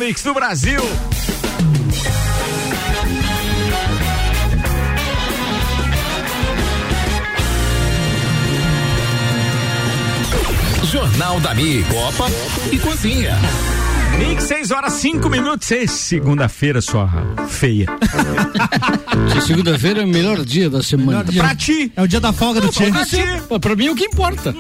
Mix do Brasil. Jornal da Mi, Copa e Cozinha. Mix, 6h05. Segunda-feira, sua feia. Segunda-feira é o melhor dia da semana. Pra ti. É o dia da folga do Tchê. Pra mim é o que importa.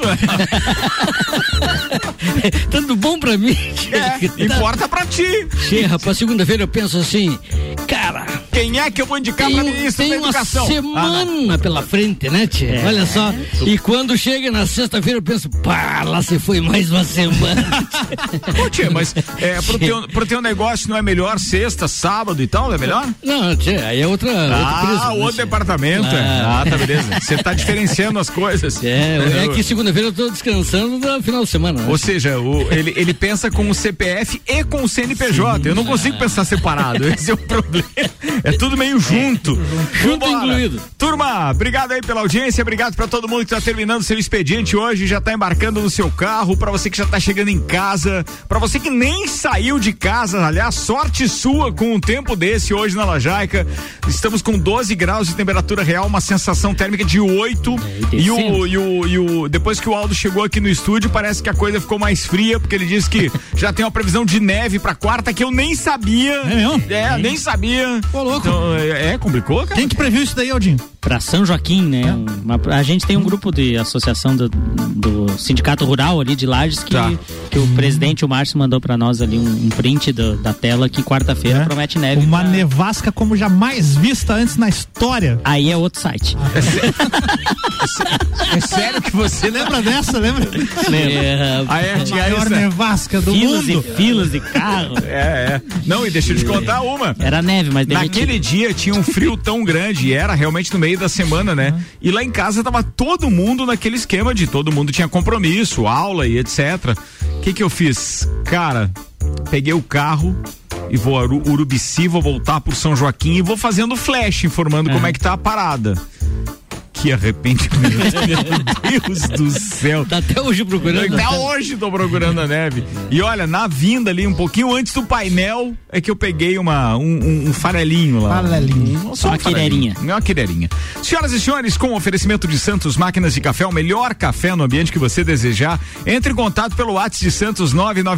Tanto bom pra mim. Importa pra ti. Che, rapaz, segunda-feira eu penso assim, cara, quem é que eu vou indicar pra ministro da Educação? Tem uma semana pela frente, né, Tchê? Olha só. E quando chega na sexta-feira eu penso, pá, lá se foi mais uma semana. Pô, Tchê, mas pro teu negócio não é melhor sexta, sábado e tal, não é melhor? Não, Tchê, aí é outra empresa, outro departamento. Tá, beleza. Você tá diferenciando as coisas. É que segunda-feira eu tô descansando no final de semana. Né? Ou seja, ele pensa com o CPF e com o CNPJ. Eu não consigo pensar separado. Esse é o problema. É tudo meio junto. Junto incluído. Turma, obrigado aí pela audiência, obrigado pra todo mundo que tá terminando seu expediente hoje, já tá embarcando no seu carro, pra você que já tá chegando em casa, pra você que nem saiu de casa, aliás, sorte sua com um tempo desse hoje na Lajaica. Estamos com 12 graus de temperatura real, uma sensação térmica de 8. Depois que o Aldo chegou aqui no estúdio, parece que a coisa ficou mais fria, porque ele disse que já tem uma previsão de neve pra quarta que eu nem sabia. É mesmo? Nem sabia. Pô, louco. Então, complicou, cara? Quem que previu isso daí, Aldinho? Pra São Joaquim, né? A gente tem um grupo de associação do Sindicato Rural ali de Lages que o presidente, o Márcio, mandou pra nós ali um print da tela que quarta-feira promete neve. Uma nevasca como jamais vista antes na história. Aí é outro site. É sério que você lembra dessa? Lembra? A maior nevasca do mundo. Filas e filas de carro. Não, e deixa eu te contar uma. Era neve, mas naquele dia tinha um frio tão grande e era realmente no meio da semana, né? E lá em casa tava todo mundo naquele esquema de todo mundo tinha compromisso, aula e etc. O que eu fiz? Cara, peguei o carro e vou a Urubici, vou voltar por São Joaquim e vou fazendo flash, informando como é que tá a parada. Que arrependimento, meu Deus do céu. Tá até hoje procurando. Até hoje tô procurando a neve. E olha, na vinda ali, um pouquinho antes do painel, é que eu peguei um farelinho lá. Só uma quireirinha. Uma quireirinha. Senhoras e senhores, com o oferecimento de Santos Máquinas de Café, o melhor café no ambiente que você desejar, entre em contato pelo WhatsApp de Santos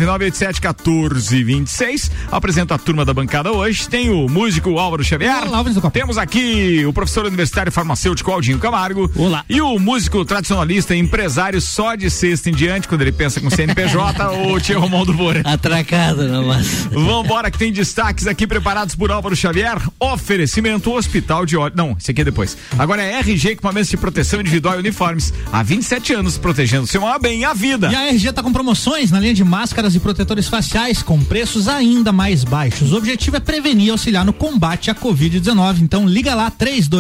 999871426. Apresento a turma da bancada hoje. Tem o músico Álvaro Xavier. Temos aqui o professor universitário farmacêutico Aldinho Camargo. Olá. E o músico tradicionalista e empresário só de sexta em diante, quando ele pensa com CNPJ, o tio Romualdo Moura. Atracado, não, mas. Vambora, que tem destaques aqui preparados por Álvaro Xavier. Oferecimento Hospital de Olhos. Não, esse aqui é depois. Agora é RG, equipamentos de proteção individual e uniformes. Há 27 anos protegendo seu bem, a vida. E a RG tá com promoções na linha de máscaras e protetores faciais com preços ainda mais baixos. O objetivo é prevenir e auxiliar no combate à Covid-19. Então liga lá,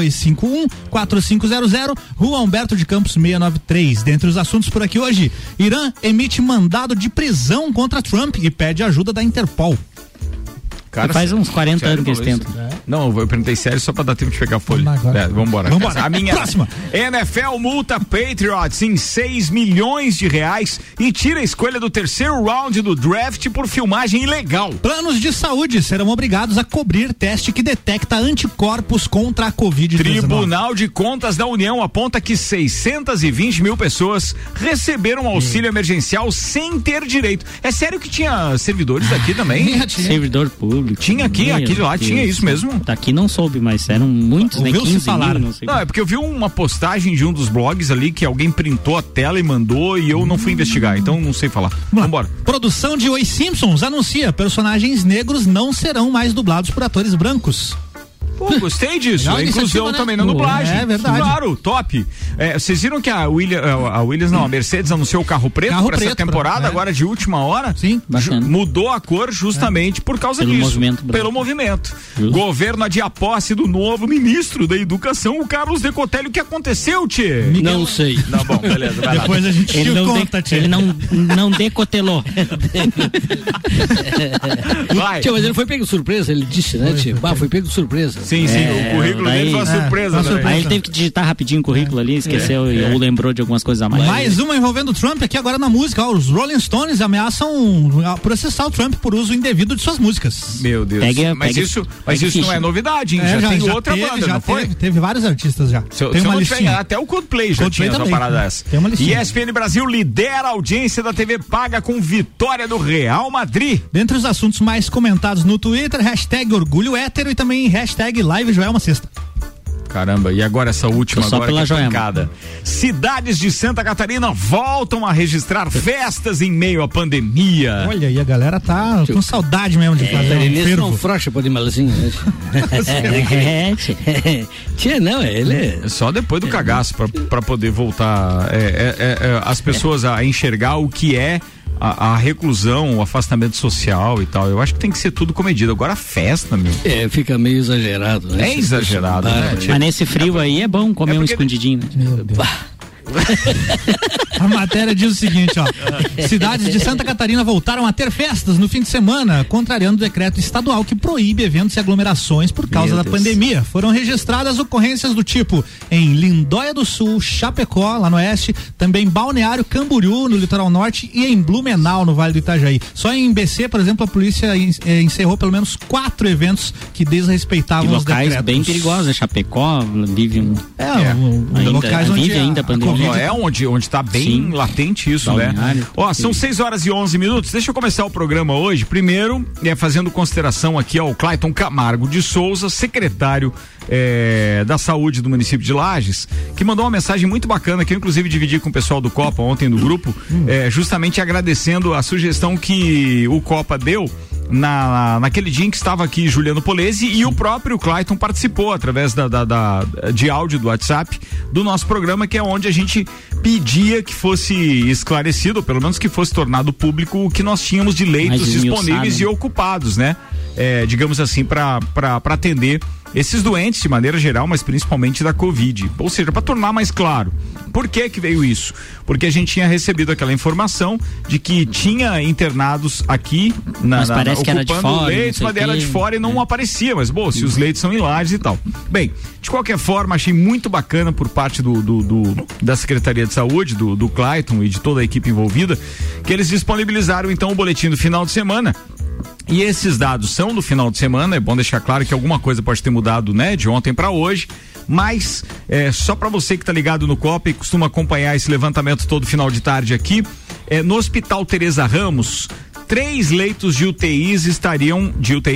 3251-4500, Rua Humberto de Campos 693. Dentre os assuntos por aqui hoje, Irã emite mandado de prisão contra Trump e pede ajuda da Interpol. Cara, faz uns 40 anos que eles tentam. Não, eu perguntei sério só pra dar tempo de pegar a folha. Vambora. A minha próxima. NFL multa Patriots em 6 milhões de reais e tira a escolha do terceiro round do draft por filmagem ilegal. Planos de saúde serão obrigados a cobrir teste que detecta anticorpos contra a Covid-19. Tribunal de Contas da União aponta que 620 mil pessoas receberam auxílio emergencial sem ter direito. É sério que tinha servidores daqui também? Servidor público. Tinha aqui lá tinha isso mesmo? Daqui não soube, mas eram muitos, né? 15 falar. Mil, não, é porque eu vi uma postagem de um dos blogs ali que alguém printou a tela e mandou e eu não fui investigar, então não sei falar. Vambora. Produção de Os Simpsons anuncia personagens negros não serão mais dublados por atores brancos. Pô, gostei disso. A inclusão, né? Também na dublagem. É verdade. Claro, top. Vocês viram que a Mercedes anunciou o carro preto para essa temporada, agora de última hora? Sim. Mudou a cor justamente por causa disso. Pelo movimento. Governo adia a posse do novo ministro da Educação, o Carlos Decotelli. O que aconteceu, Tchê? Não sei. Tá bom, beleza. Vai Depois lá. a gente conta, Tchê. Ele não decotelou. Vai. Tchê, mas ele foi pego de surpresa, ele disse, né, Tchê? Foi pego de surpresa. Sim, o currículo dele foi uma surpresa. Aí ele teve que digitar rapidinho o currículo ali, esqueceu ou lembrou de algumas coisas a mais. Mais uma envolvendo o Trump aqui agora na música. Os Rolling Stones ameaçam processar o Trump por uso indevido de suas músicas. Meu Deus. Mas isso não é novidade, hein? Já tem outra banda, não foi? Teve vários artistas já. Tem uma listinha. Até o Coldplay já tinha uma parada dessa. Tem uma listinha. ESPN Brasil lidera a audiência da TV paga com vitória do Real Madrid. Dentre os assuntos mais comentados no Twitter, #orgulho hétero e também #live Joelma Sexta. Caramba, e agora essa última só agora pela que é pancada. Cidades de Santa Catarina voltam a registrar festas em meio à pandemia. Olha, e a galera tá com saudade mesmo de fazer um fervo. Não frouxa por malzinho. Tia, não, ele só depois do cagaço pra poder voltar as pessoas a enxergar o que é a reclusão, o afastamento social e tal. Eu acho que tem que ser tudo comedido. Agora a festa, meu. Fica meio exagerado, né? É exagerado, né? Mas nesse frio aí é bom comer um escondidinho, né? Meu Deus. A matéria diz o seguinte, cidades de Santa Catarina voltaram a ter festas no fim de semana, contrariando o decreto estadual que proíbe eventos e aglomerações por causa da pandemia. Foram registradas ocorrências do tipo em Lindóia do Sul, Chapecó, lá no oeste, também Balneário Camboriú, no litoral norte, e em Blumenau, no Vale do Itajaí. Só em BC, por exemplo, a polícia encerrou pelo menos 4 eventos que desrespeitavam os decretos. Locais bem perigosos, Chapecó vive locais onde ainda a pandemia. É onde tá bem latente isso, Balneário, né? São 6h11. Deixa eu começar o programa hoje. Primeiro, fazendo consideração aqui ao Clayton Camargo de Souza, secretário da Saúde do município de Lages, que mandou uma mensagem muito bacana, que eu inclusive dividi com o pessoal do Copa ontem no grupo, justamente agradecendo a sugestão que o Copa deu naquele dia em que estava aqui Juliano Polese, e o próprio Clayton participou através de áudio do WhatsApp do nosso programa, que é onde a gente pedia que fosse esclarecido, ou pelo menos que fosse tornado público, o que nós tínhamos de leitos disponíveis e ocupados, né? Digamos assim, para atender esses doentes de maneira geral, mas principalmente da Covid. Ou seja, para tornar mais claro. Por que veio isso? Porque a gente tinha recebido aquela informação de que tinha internados aqui mas parece que era de fora, leitos, mas era de fora e não aparecia, mas se os leitos são em Lages e tal. Bem, de qualquer forma, achei muito bacana por parte da Secretaria de Saúde, do Clayton e de toda a equipe envolvida, que eles disponibilizaram então o boletim do final de semana. E esses dados são do final de semana. É bom deixar claro que alguma coisa pode ter mudado, né, de ontem para hoje, mas só para você que tá ligado no Copa e costuma acompanhar esse levantamento todo final de tarde aqui, no Hospital Teresa Ramos, 3 leitos de UTI estariam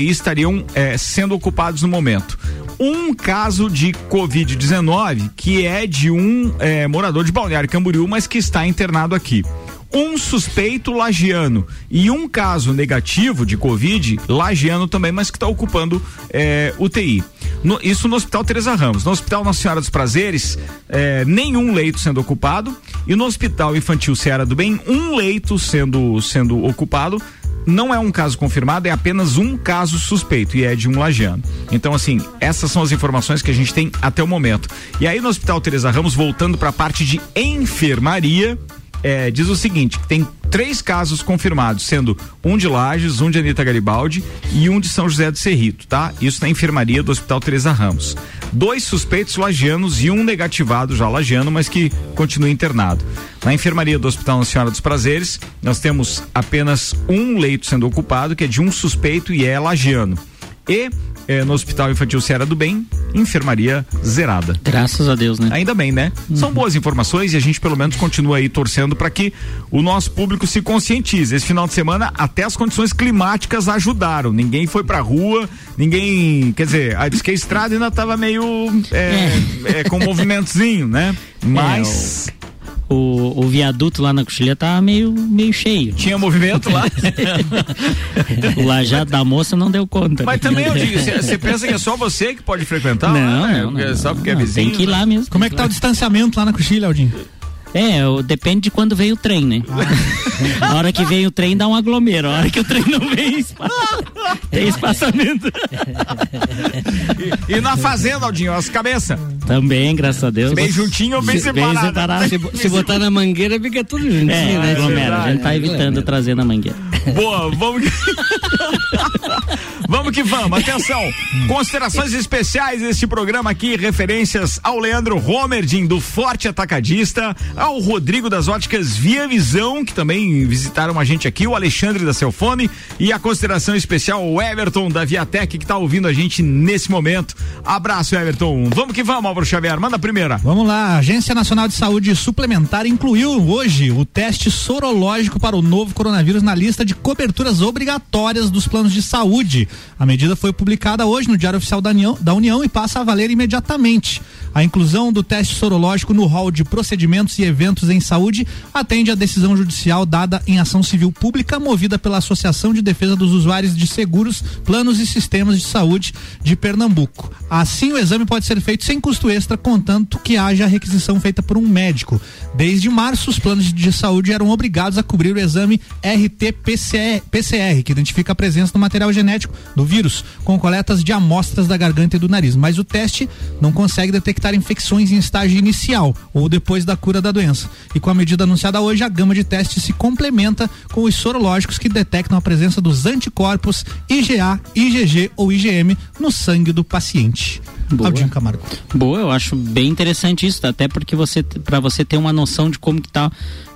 sendo ocupados no momento. Um caso de Covid-19 que é de um morador de Balneário Camboriú, mas que está internado aqui. Um suspeito lagiano e um caso negativo de Covid lagiano também, mas que está ocupando UTI. Isso no Hospital Teresa Ramos. No Hospital Nossa Senhora dos Prazeres, nenhum leito sendo ocupado, e no Hospital Infantil Seara do Bem, um leito sendo ocupado. Não é um caso confirmado, é apenas um caso suspeito, e é de um lagiano. Então, assim, essas são as informações que a gente tem até o momento. E aí no Hospital Teresa Ramos, voltando para a parte de enfermaria, diz o seguinte: tem 3 casos confirmados, sendo um de Lages, um de Anita Garibaldi e um de São José do Cerrito, tá? Isso na enfermaria do Hospital Teresa Ramos. 2 suspeitos lagianos e um negativado já lagiano, mas que continua internado. Na enfermaria do Hospital Nossa Senhora dos Prazeres, nós temos apenas um leito sendo ocupado, que é de um suspeito e é lagiano. E no Hospital Infantil Seara do Bem, enfermaria zerada. Graças a Deus, né? Ainda bem, né? São boas informações e a gente pelo menos continua aí torcendo para que o nosso público se conscientize. Esse final de semana até as condições climáticas ajudaram. Ninguém foi pra rua, quer dizer, diz que a estrada ainda tava meio com um movimentozinho, né? Mas O viaduto lá na Coxilha tá meio cheio. Tinha movimento lá? O lajado da moça não deu conta. Mas também eu digo, você pensa que é só você que pode frequentar? Não, só porque é vizinho. Tem que ir lá mesmo. Como é que tá o distanciamento lá na Coxilha, Aldinho? Depende de quando veio o trem, né? A hora que vem o trem dá um aglomero, a hora que o trem não vem, tem espaçamento. E na fazenda, Aldinho, as cabeças? Também, graças a Deus. Bem juntinho ou bem separado? Se botar na mangueira, fica tudo juntinho, né? Aglomera. A gente tá evitando trazer na mangueira. Boa, Vamos que vamos, atenção. Considerações especiais deste programa aqui, referências ao Leandro Romerdin, do Forte Atacadista, ao Rodrigo das Óticas Via Visão, que também visitaram a gente aqui, o Alexandre da Celfone, e a consideração especial ao Everton da Viatec, que tá ouvindo a gente nesse momento. Abraço, Everton. Vamos que vamos, Álvaro Xavier, manda a primeira. Vamos lá, a Agência Nacional de Saúde Suplementar incluiu hoje o teste sorológico para o novo coronavírus na lista de coberturas obrigatórias dos planos de saúde. A medida foi publicada hoje no Diário Oficial da União e passa a valer imediatamente. A inclusão do teste sorológico no rol de procedimentos e eventos em saúde atende à decisão judicial dada em ação civil pública movida pela Associação de Defesa dos Usuários de Seguros, Planos e Sistemas de Saúde de Pernambuco. Assim, o exame pode ser feito sem custo extra, contanto que haja a requisição feita por um médico. Desde março, os planos de saúde eram obrigados a cobrir o exame RT-PCR, que identifica a presença do material genético do vírus, com coletas de amostras da garganta e do nariz. Mas o teste não consegue detectar infecções em estágio inicial ou depois da cura da doença. E com a medida anunciada hoje, a gama de testes se complementa com os sorológicos que detectam a presença dos anticorpos IgA, IgG ou IgM no sangue do paciente. Aldinho Camargo. Boa, eu acho bem interessante isso, até porque para você ter uma noção de como que tá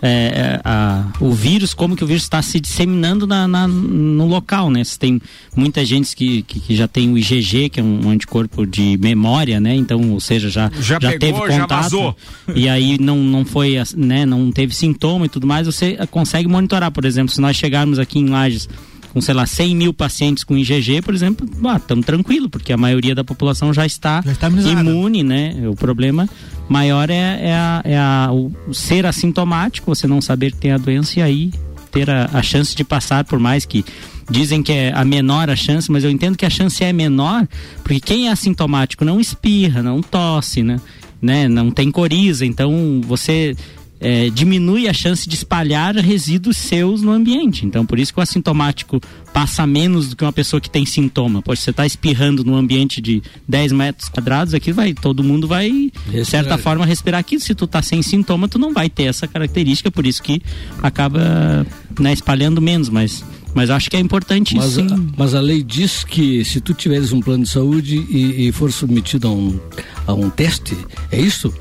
o vírus, como que o vírus está se disseminando no local, né? Você tem muita gente que já tem o IgG, que é um anticorpo de memória, né? Então, ou seja, já pegou, teve contato, já vazou. E aí não foi, né? Não teve sintoma e tudo mais, você consegue monitorar, por exemplo, se nós chegarmos aqui em Lages com, sei lá, 100 mil pacientes com IgG, por exemplo, estamos tranquilos, porque a maioria da população já está imune, né? O problema maior é o ser assintomático, você não saber que tem a doença e aí ter a chance de passar, por mais que dizem que é a menor a chance, mas eu entendo que a chance é menor, porque quem é assintomático não espirra, não tosse, né? Não tem coriza, então você diminui a chance de espalhar resíduos seus no ambiente. Então, por isso que o assintomático passa menos do que uma pessoa que tem sintoma. Poxa, você está espirrando num ambiente de 10 metros quadrados, aqui todo mundo vai, de certa forma, respirar aquilo. Se tu tá sem sintoma, tu não vai ter essa característica, por isso que acaba, espalhando menos, mas acho que é importante isso, sim. Mas a lei diz que se tu tiveres um plano de saúde e for submetido a um teste, é isso?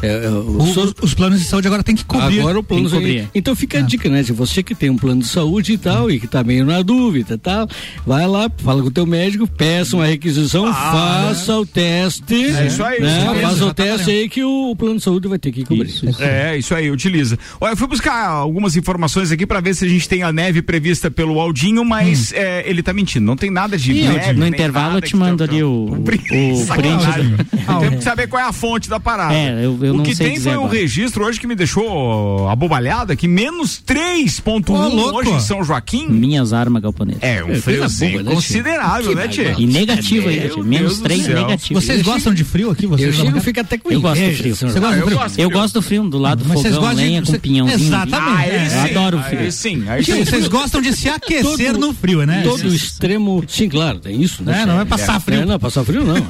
Os planos de saúde agora tem que cobrir. Agora o plano de saúde. Então fica a dica, né? Se você que tem um plano de saúde e tal, e que tá meio na dúvida e tal, vai lá, fala com o teu médico, peça uma requisição, faça o teste. É isso aí. Né? Faça o teste aí que o plano de saúde vai ter que cobrir. Isso aí, utiliza. Olha, eu fui buscar algumas informações aqui pra ver se a gente tem a neve prevista pelo Aldinho, mas ele tá mentindo, não tem nada de neve. No intervalo eu te mando ali o print. Temos que saber qual é a fonte da parada. Eu o não que sei tem foi um registro hoje que me deixou abobalhada, que menos 3,1 hoje em São Joaquim. Minhas armas galponesas. Um friozinho considerável, né, Tchê? E negativo aí, menos 3 negativo. Vocês gostam de frio aqui? Eu chego e fico até com inveja. Eu gosto do frio. Você gosta do frio? Eu gosto do frio, do lado do fogão, lenha com pinhãozinho. Exatamente. Eu adoro o frio. Sim. Vocês gostam de se aquecer no frio, né? Todo o extremo, sim, claro, tem isso, né? Não é passar frio. Não, passar frio não.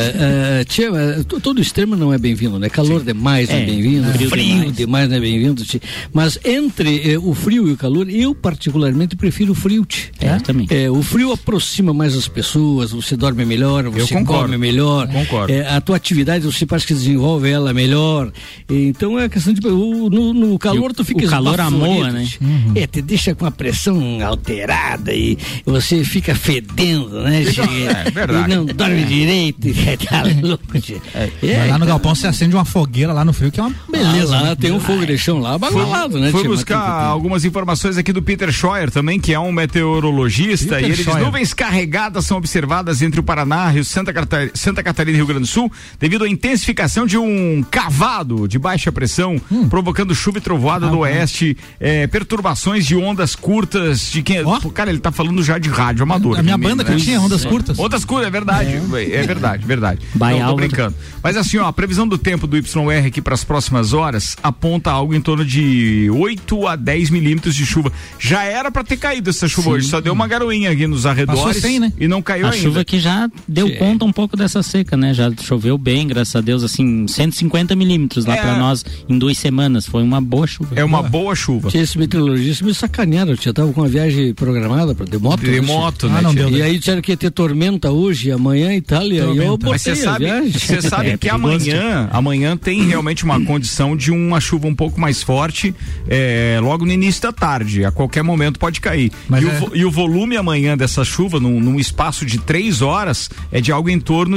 Todo extremo não é bem-vindo, né? Calor demais não é bem-vindo, frio demais não é bem-vindo. Mas entre o frio e o calor, eu particularmente prefiro o frio. Também. O frio aproxima mais as pessoas, você dorme melhor, você come melhor. Concordo. A tua atividade, você parece que desenvolve ela melhor. Então é questão de... No calor tu fica... O calor amoa, né? Te deixa com a pressão alterada e você fica fedendo, né? É verdade. E não dorme direito, tá louco. Mas lá no galpão você acende uma fogueira lá no frio, que é uma beleza. Lá tem um fogo de chão lá, balalado, né? Fui buscar algumas informações aqui do Peter Scheuer também, que é um meteorologista, e ele diz: nuvens carregadas são observadas entre o Paraná, Santa Catarina e Rio Grande do Sul, devido à intensificação de um cavado de baixa pressão, provocando chuva e trovoada no oeste, perturbações de ondas curtas, de quem... Cara, ele tá falando já de rádio amador. A minha banda que tinha ondas curtas. Ondas curtas, é verdade. É verdade. Não, tô brincando. Mas assim, a previsão do tempo do previsão R aqui para as próximas horas aponta algo em torno de 8 a 10 milímetros de chuva. Já era para ter caído essa chuva hoje, só deu uma garoinha aqui nos arredores e não caiu ainda. A chuva que já deu conta um pouco dessa seca, né? Já choveu bem, graças a Deus, assim, 150 milímetros lá para nós em 2 semanas. Foi uma boa chuva. É uma boa chuva. Esse meteorologista me sacanearam, eu tava com uma viagem programada de moto. De moto, né? Não deu, e aí disseram que ia ter tormenta hoje, amanhã e tal, e aí eu botei você sabe que amanhã tem realmente uma condição de uma chuva um pouco mais forte, logo no início da tarde, a qualquer momento pode cair. E o volume amanhã dessa chuva, num espaço de 3 horas, é de algo em torno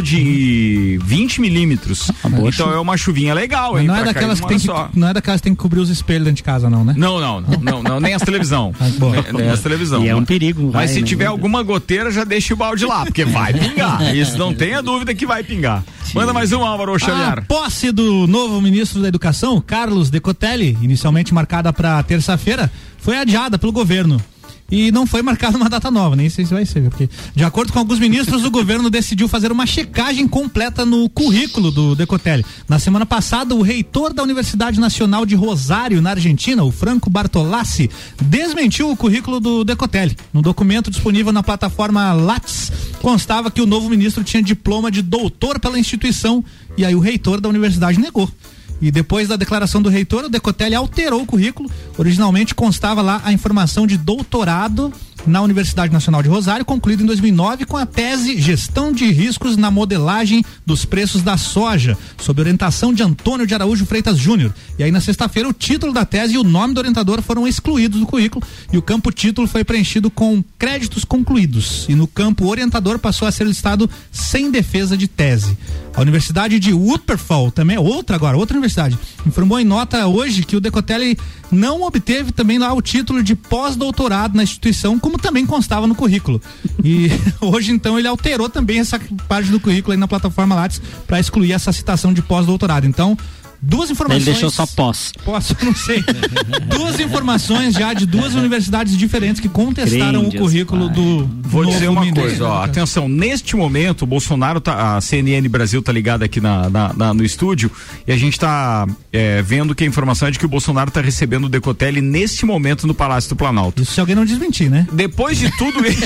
de 20 milímetros. Então é uma chuvinha legal, hein? Não é daquelas que tem que cobrir os espelhos dentro de casa, não, né? Não, nem as televisão. Nem as televisão. E é um perigo. Mas se tiver alguma goteira, já deixa o balde lá, porque vai pingar. Isso não tenha dúvida que vai pingar. Manda mais um, Álvaro Xavier. A posse do novo ministro da Educação, Carlos Decotelli, inicialmente marcada para terça-feira, foi adiada pelo governo. E não foi marcada uma data nova, nem sei se vai ser, porque, de acordo com alguns ministros, o governo decidiu fazer uma checagem completa no currículo do Decotelli. Na semana passada, o reitor da Universidade Nacional de Rosário, na Argentina, o Franco Bartolassi, desmentiu o currículo do Decotelli. No documento disponível na plataforma Lattes, constava que o novo ministro tinha diploma de doutor pela instituição, e aí o reitor da universidade negou. E depois da declaração do reitor, o Decotelli alterou o currículo. Originalmente constava lá a informação de doutorado na Universidade Nacional de Rosário, concluído em 2009 com a tese Gestão de Riscos na Modelagem dos Preços da Soja, sob orientação de Antônio de Araújo Freitas Júnior. E aí na sexta-feira o título da tese e o nome do orientador foram excluídos do currículo e o campo título foi preenchido com créditos concluídos. E no campo orientador passou a ser listado sem defesa de tese. A Universidade de Wuppertal, também é outra universidade, informou em nota hoje que o Decotelli não obteve também lá o título de pós-doutorado na instituição, como também constava no currículo. E hoje, então, ele alterou também essa parte do currículo aí na plataforma Lattes para excluir essa citação de pós-doutorado. Então, duas informações. Ele deixou só pós. Não sei. Duas informações já de duas universidades diferentes que contestaram o currículo do. Vou dizer uma coisa, atenção, neste momento o Bolsonaro a CNN Brasil tá ligada aqui no estúdio e a gente tá vendo que a informação é de que o Bolsonaro tá recebendo o Decotelli neste momento no Palácio do Planalto. Isso se alguém não desmentir, né? Depois de tudo isso.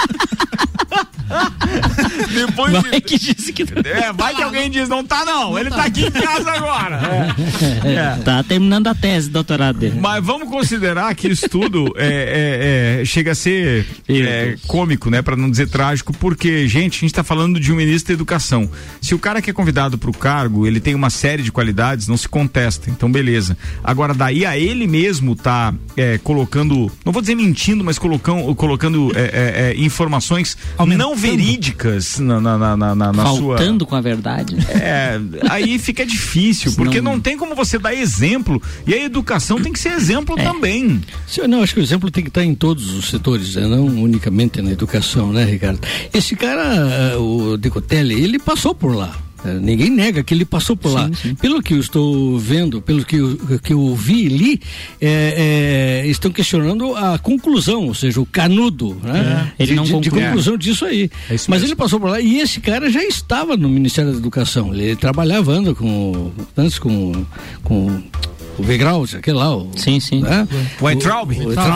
Que disse que vai que alguém diz, não tá não, ele tá aqui em casa agora. Tá terminando a tese, doutorado dele. Mas vamos considerar que isso tudo chega a ser cômico, né, pra não dizer trágico, porque, gente, a gente tá falando de um ministro da Educação. Se o cara que é convidado pro cargo, ele tem uma série de qualidades, não se contesta, então beleza. Agora, daí a ele mesmo tá colocando, não vou dizer mentindo, mas colocando informações não verídicas na faltando com a verdade. Aí fica difícil, porque não tem como você dar exemplo, e a educação tem que ser exemplo também. Não, acho que o exemplo tem que estar em todos os setores, né? Não unicamente na educação, né, Ricardo? Esse cara, o Decotelli, ele passou por lá. Ninguém nega que ele passou por lá. Sim. Pelo que eu estou vendo, pelo que eu vi ali, estão questionando a conclusão, ou seja, o canudo, né? Ele não de conclusão disso aí. Mas ele passou por lá e esse cara já estava no Ministério da Educação. Ele trabalhava antes com o Wegraus, aquele lá. Sim. Né? O Weintraub.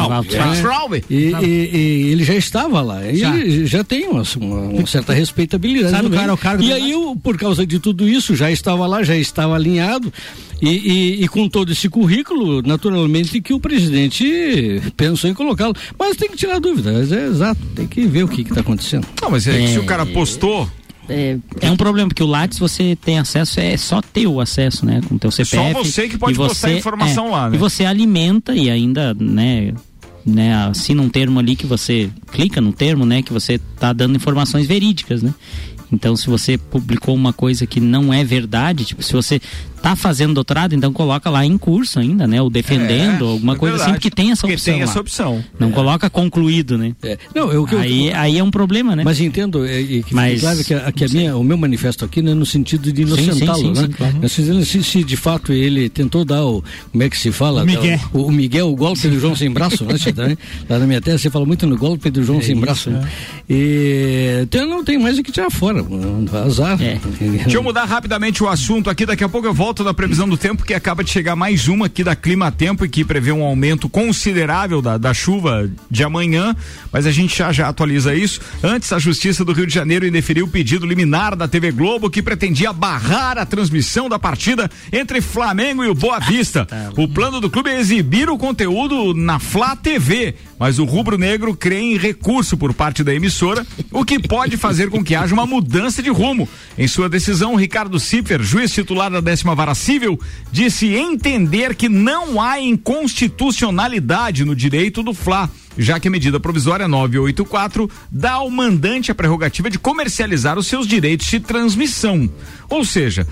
E ele já estava lá. Ele já tem uma certa respeitabilidade. Sabe, cara, o cargo e aí, por causa de tudo isso, já estava lá, já estava alinhado. E com todo esse currículo, naturalmente que o presidente pensou em colocá-lo. Mas tem que tirar dúvida. Exato. Tem que ver o que está acontecendo. Não, mas se o cara postou. É um problema, porque o Lattes você tem acesso, é só ter o acesso, né? Com o teu CPF. Só você que pode postar a informação lá, né? E você alimenta e ainda, né, assina um termo ali que você clica no termo, né? Que você tá dando informações verídicas, né? Então, se você publicou uma coisa que não é verdade, tipo, se você tá fazendo doutorado, então coloca lá em curso ainda, né? Ou defendendo, alguma coisa verdade. Assim, porque tem essa opção. Tem essa opção. Não coloca concluído, né? Não, aí é um problema, né? Mas entendo, claro que o meu manifesto aqui não é no sentido de inocentá-lo, né? Claro. Se de fato ele tentou dar como é que se fala? O Miguel, o golpe do João sem braço, né? Lá na minha terra você fala muito no golpe do João sem braço, né? Então não tem mais o que tirar fora, azar. Deixa eu mudar rapidamente o assunto aqui, daqui a pouco eu volto volto da previsão do tempo, que acaba de chegar mais uma aqui da Clima Tempo e que prevê um aumento considerável da chuva de amanhã, mas a gente já atualiza isso. Antes, a Justiça do Rio de Janeiro indeferiu o pedido liminar da TV Globo que pretendia barrar a transmissão da partida entre Flamengo e o Boa Vista. O plano do clube é exibir o conteúdo na Flá TV, mas o rubro-negro crê em recurso por parte da emissora, o que pode fazer com que haja uma mudança de rumo. Em sua decisão, Ricardo Cipher, juiz titular da 10ª Vara Civil, disse entender que não há inconstitucionalidade no direito do Flá, já que a medida provisória 984 dá ao mandante a prerrogativa de comercializar os seus direitos de transmissão. Ou seja,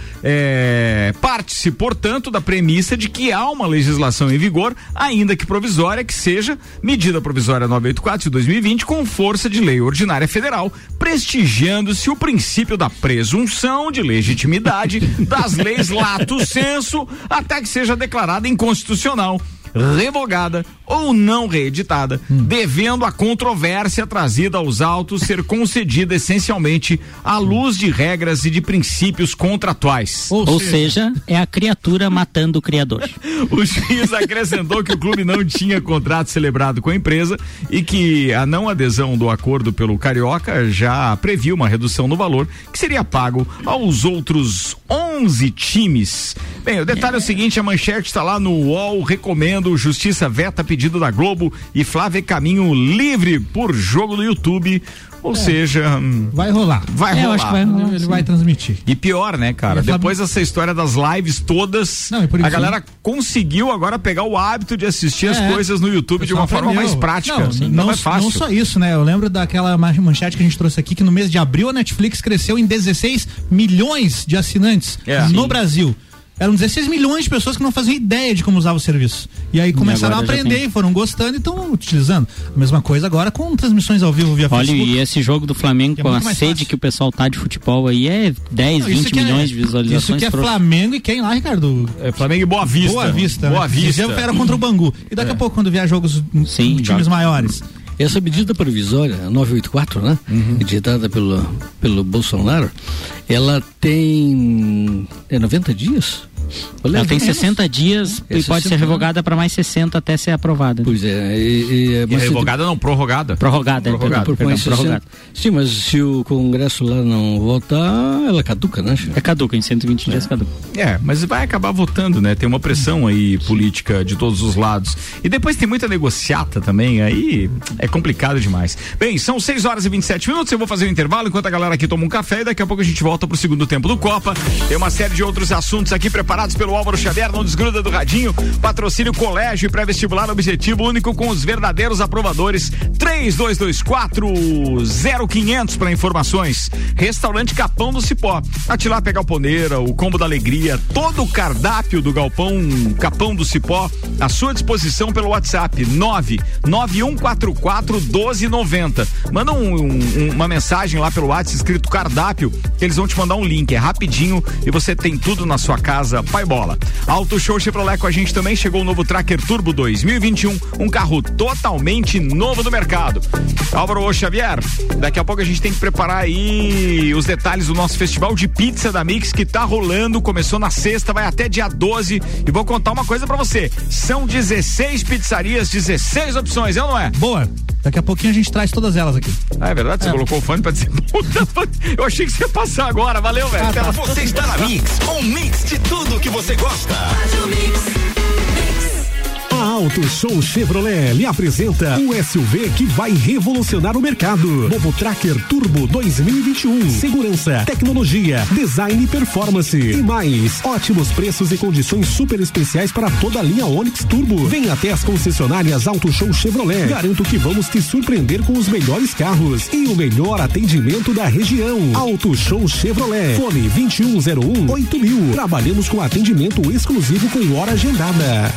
parte-se, portanto, da premissa de que há uma legislação em vigor, ainda que provisória, que seja medida provisória 984 de 2020 com força de lei ordinária federal, prestigiando-se o princípio da presunção de legitimidade das leis lato sensu até que seja declarada inconstitucional, revogada ou não reeditada, devendo a controvérsia trazida aos autos ser concedida essencialmente à luz de regras e de princípios contratuais. Ou seja, é a criatura matando o criador. O juiz acrescentou que o clube não tinha contrato celebrado com a empresa e que a não adesão do acordo pelo Carioca já previa uma redução no valor que seria pago aos outros 11 times. Bem, o detalhe é o seguinte, a manchete está lá no UOL, recomendo, Justiça veta pedido da Globo e Flávia caminho livre por jogo do YouTube. Ou seja, vai rolar. Vai rolar. Eu acho que ele vai transmitir. E pior, né, cara? Depois dessa história das lives todas, a galera conseguiu agora pegar o hábito de assistir as coisas no YouTube de uma forma mais prática. Não é fácil. Não só isso, né? Eu lembro daquela manchete que a gente trouxe aqui, que no mês de abril a Netflix cresceu em 16 milhões de assinantes no Brasil. Eram 16 milhões de pessoas que não faziam ideia de como usava o serviço. E aí começaram a aprender e foram gostando e estão utilizando. A mesma coisa agora com transmissões ao vivo via Facebook. Olha, e esse jogo do Flamengo, com a sede que o pessoal tá de futebol aí, é 10, 20 milhões de visualizações. Isso que é Flamengo e quem lá, Ricardo? É Flamengo e Boa Vista. Boa Vista. Boa Vista. Era contra o Bangu. E daqui a pouco, quando vier jogos times maiores. Essa medida provisória, 984, né? Editada pelo Bolsonaro, ela tem 90 dias? Ela tem 60 dias e pode ser revogada para mais 60 até ser aprovada. Pois é. Revogada não, prorrogada. Prorrogada. Sim, mas se o Congresso lá não votar, ela caduca, né? É caduca, em 120 dias caduca. Mas vai acabar votando, né? Tem uma pressão aí política de todos os lados. E depois tem muita negociata também, aí é complicado demais. Bem, são 6h27, eu vou fazer um intervalo enquanto a galera aqui toma um café e daqui a pouco a gente volta pro segundo tempo do Copa. Tem uma série de outros assuntos aqui preparados pelo Álvaro Xavier, não desgruda do radinho. Patrocínio Colégio e Pré-Vestibular Objetivo Único com os verdadeiros aprovadores. 3224-0500 para informações. Restaurante Capão do Cipó. Atilar Pegar Poneira, o Combo da Alegria, todo o cardápio do Galpão Capão do Cipó à sua disposição pelo WhatsApp 991441290. Manda uma mensagem lá pelo WhatsApp escrito cardápio, que eles vão te mandar um link, é rapidinho e você tem tudo na sua casa. Pai Bola. Auto Show Chevrolet com a gente também, chegou o novo Tracker Turbo 2021, um carro totalmente novo do mercado. Álvaro Xavier, daqui a pouco a gente tem que preparar aí os detalhes do nosso festival de pizza da Mix que tá rolando, começou na sexta, vai até dia 12 e vou contar uma coisa pra você, são 16 pizzarias, 16 opções, é ou não é? Boa. Daqui a pouquinho a gente traz todas elas aqui. É verdade? Você colocou o fone pra dizer, eu achei que você ia passar agora, valeu, velho. Você está na Mix, um mix de tudo que você gosta. A Auto Show Chevrolet lhe apresenta um SUV que vai revolucionar o mercado. Novo Tracker Turbo 2021. Segurança, tecnologia, design e performance. E mais, ótimos preços e condições super especiais para toda a linha Onix Turbo. Venha até as concessionárias Auto Show Chevrolet. Garanto que vamos te surpreender com os melhores carros e o melhor atendimento da região. Auto Show Chevrolet. Fone 2101-8000. Trabalhamos com atendimento exclusivo com hora agendada.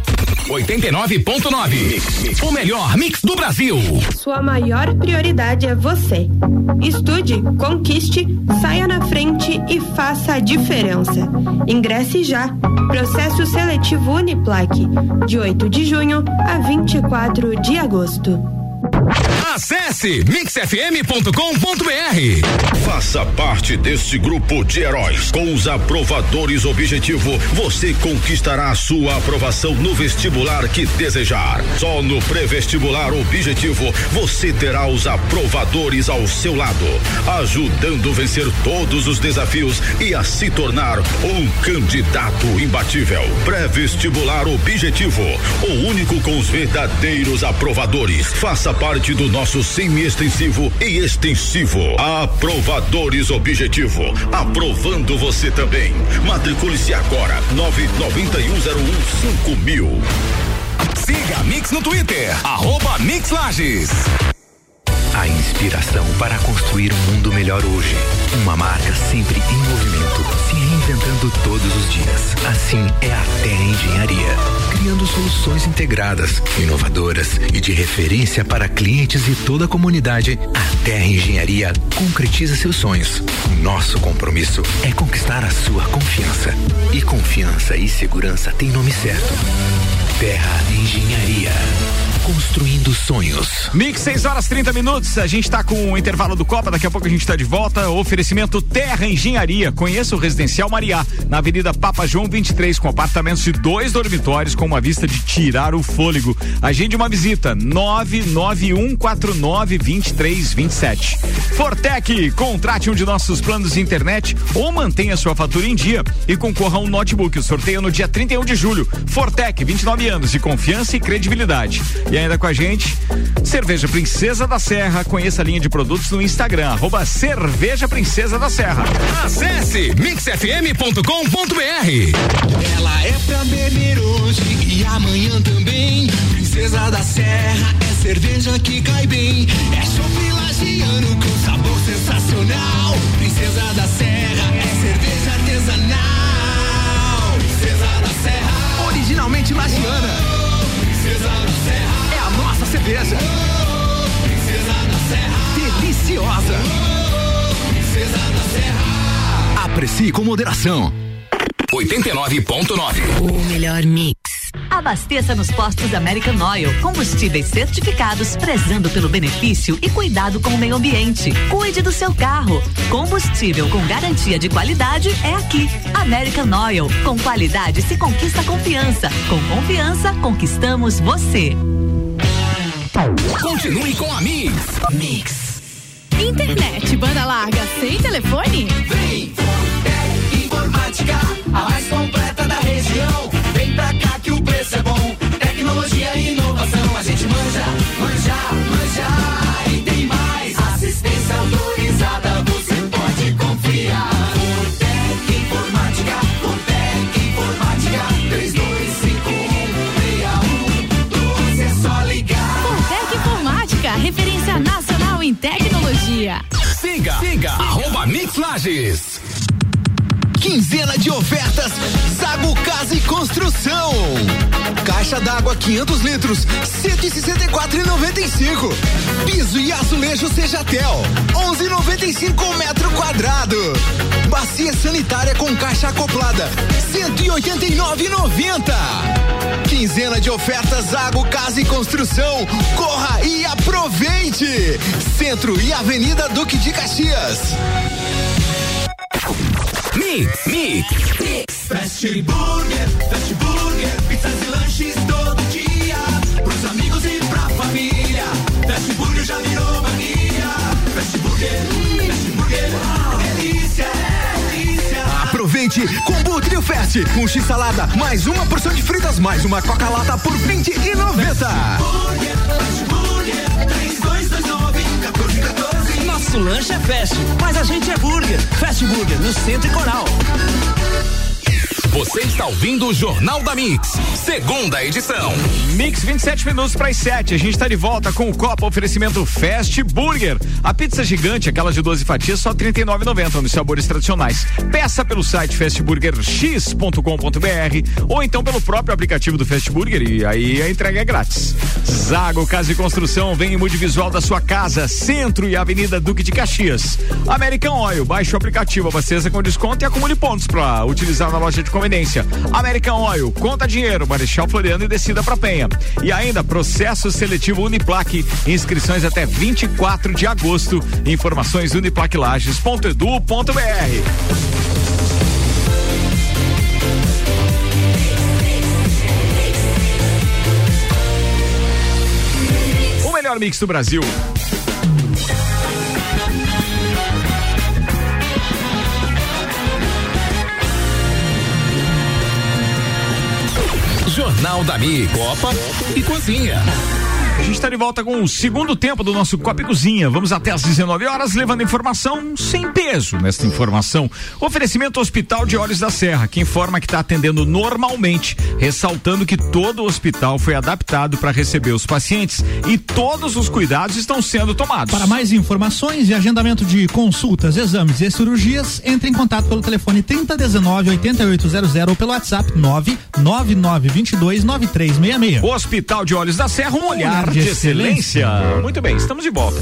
89.9. O melhor mix do Brasil. Sua maior prioridade é você. Estude, conquiste, saia na frente e faça a diferença. Ingresse já. Processo seletivo Uniplac, de 8 de junho a 24 de agosto. Acesse mixfm.com.br. Faça parte deste grupo de heróis. Com os aprovadores Objetivo, você conquistará a sua aprovação no vestibular que desejar. Só no pré-vestibular Objetivo, você terá os aprovadores ao seu lado, ajudando a vencer todos os desafios e a se tornar um candidato imbatível. Pré-vestibular Objetivo, o único com os verdadeiros aprovadores. Faça parte do nosso semi-extensivo e extensivo. Aprovadores Objetivo, aprovando você também. Matricule-se agora, 991015000. Siga a Mix no Twitter, @MixLages. A inspiração para construir um mundo melhor hoje. Uma marca sempre em movimento, se reinventando todos os dias. Assim é a Terra Engenharia, criando soluções integradas, inovadoras e de referência para clientes e toda a comunidade. A Terra Engenharia concretiza seus sonhos. Nosso compromisso é conquistar a sua confiança. E confiança e segurança tem nome certo. Terra Engenharia. Construindo sonhos. Mix, 6h30. A gente tá com o intervalo do Copa, daqui a pouco a gente tá de volta. Oferecimento Terra Engenharia. Conheça o Residencial Mariá, na Avenida Papa João 23, com apartamentos de 2 dormitórios com uma vista de tirar o fôlego. Agende uma visita, 991492327. Fortec, contrate um de nossos planos de internet ou mantenha sua fatura em dia e concorra a um notebook. O sorteio no dia 31 de julho. Fortec, 29 anos de confiança e credibilidade. E ainda com a gente, Cerveja Princesa da Serra. Conheça a linha de produtos no Instagram, @Cerveja Princesa da Serra. Acesse mixfm.com.br. Ela é pra beber hoje e amanhã também. Princesa da Serra é cerveja que cai bem. É chopp lagiano com sabor sensacional. Princesa da Serra é cerveja artesanal. Princesa da Serra, originalmente lagiana. Princesa da Serra é a nossa cerveja. Princesa da Serra, deliciosa. Princesa da Serra. Aprecie com moderação. 89.9. O melhor mix. Abasteça nos postos American Oil. Combustíveis certificados, prezando pelo benefício e cuidado com o meio ambiente. Cuide do seu carro. Combustível com garantia de qualidade é aqui. American Oil. Com qualidade se conquista confiança. Com confiança, conquistamos você. Continue com a Mix. Mix. Internet, banda larga, sem telefone? Vem, Fortec Informática, a mais completa da região. Vem pra cá que o preço é bom. Tecnologia e inovação, a gente manja. E tem mais, assistência autorizada, você pode confiar. Fortec Informática, 32516112, é só ligar. Fortec Informática, referência nacional em tecnologia. Siga @MixLages. Quinzena de ofertas Zago Casa e Construção. Caixa d'água 500 litros, 164,95. Piso e azulejo Sejatel, 11,95 metro quadrado. Bacia sanitária com caixa acoplada, 189,90. Quinzena de ofertas Zago Casa e Construção. Corra e aproveite. Centro e Avenida Duque de Caxias. Mix. Fast Burger, pizzas e lanches todo dia. Pros amigos e pra família. Fast Burger já virou mania. Fast Burger, delícia. Aproveite, combo Trio Fast, um x-salada, mais uma porção de fritas, mais uma Coca-Lata por R$20,90. Fast Burger, 3229-1414. Nosso lanche é fast, mas a gente é burger. Fast Burger, no Centro e Coral. Você está ouvindo o Jornal da Mix, segunda edição. Mix, 7:27. A gente está de volta com o Copa, oferecimento Fast Burger. A pizza gigante, aquela de 12 fatias, só R$39,90 nos sabores tradicionais. Peça pelo site fastburgerx.com.br ou então pelo próprio aplicativo do Fast Burger e aí a entrega é grátis. Zago Casa e Construção, vem em mude visual da sua casa, Centro e Avenida Duque de Caxias. American Oil, baixe o aplicativo, abasteça com desconto e acumule pontos para utilizar na loja de conveniência. Eminência. American Oil, conta dinheiro, Marechal Floriano e descida pra Penha. E ainda processo seletivo Uniplac, inscrições até 24 de agosto. Informações uniplaclages.edu.br. O melhor mix do Brasil. Jornal da Mi, Copa e Cozinha. A gente está de volta com o segundo tempo do nosso Copa e Cozinha. Vamos até às 19 horas, levando informação sem peso nesta informação. Oferecimento Hospital de Olhos da Serra, que informa que está atendendo normalmente, ressaltando que todo o hospital foi adaptado para receber os pacientes e todos os cuidados estão sendo tomados. Para mais informações e agendamento de consultas, exames e cirurgias, entre em contato pelo telefone 3019-8800 ou pelo WhatsApp 999229366. Hospital de Olhos da Serra, um olhar de excelência. Muito bem, estamos de volta.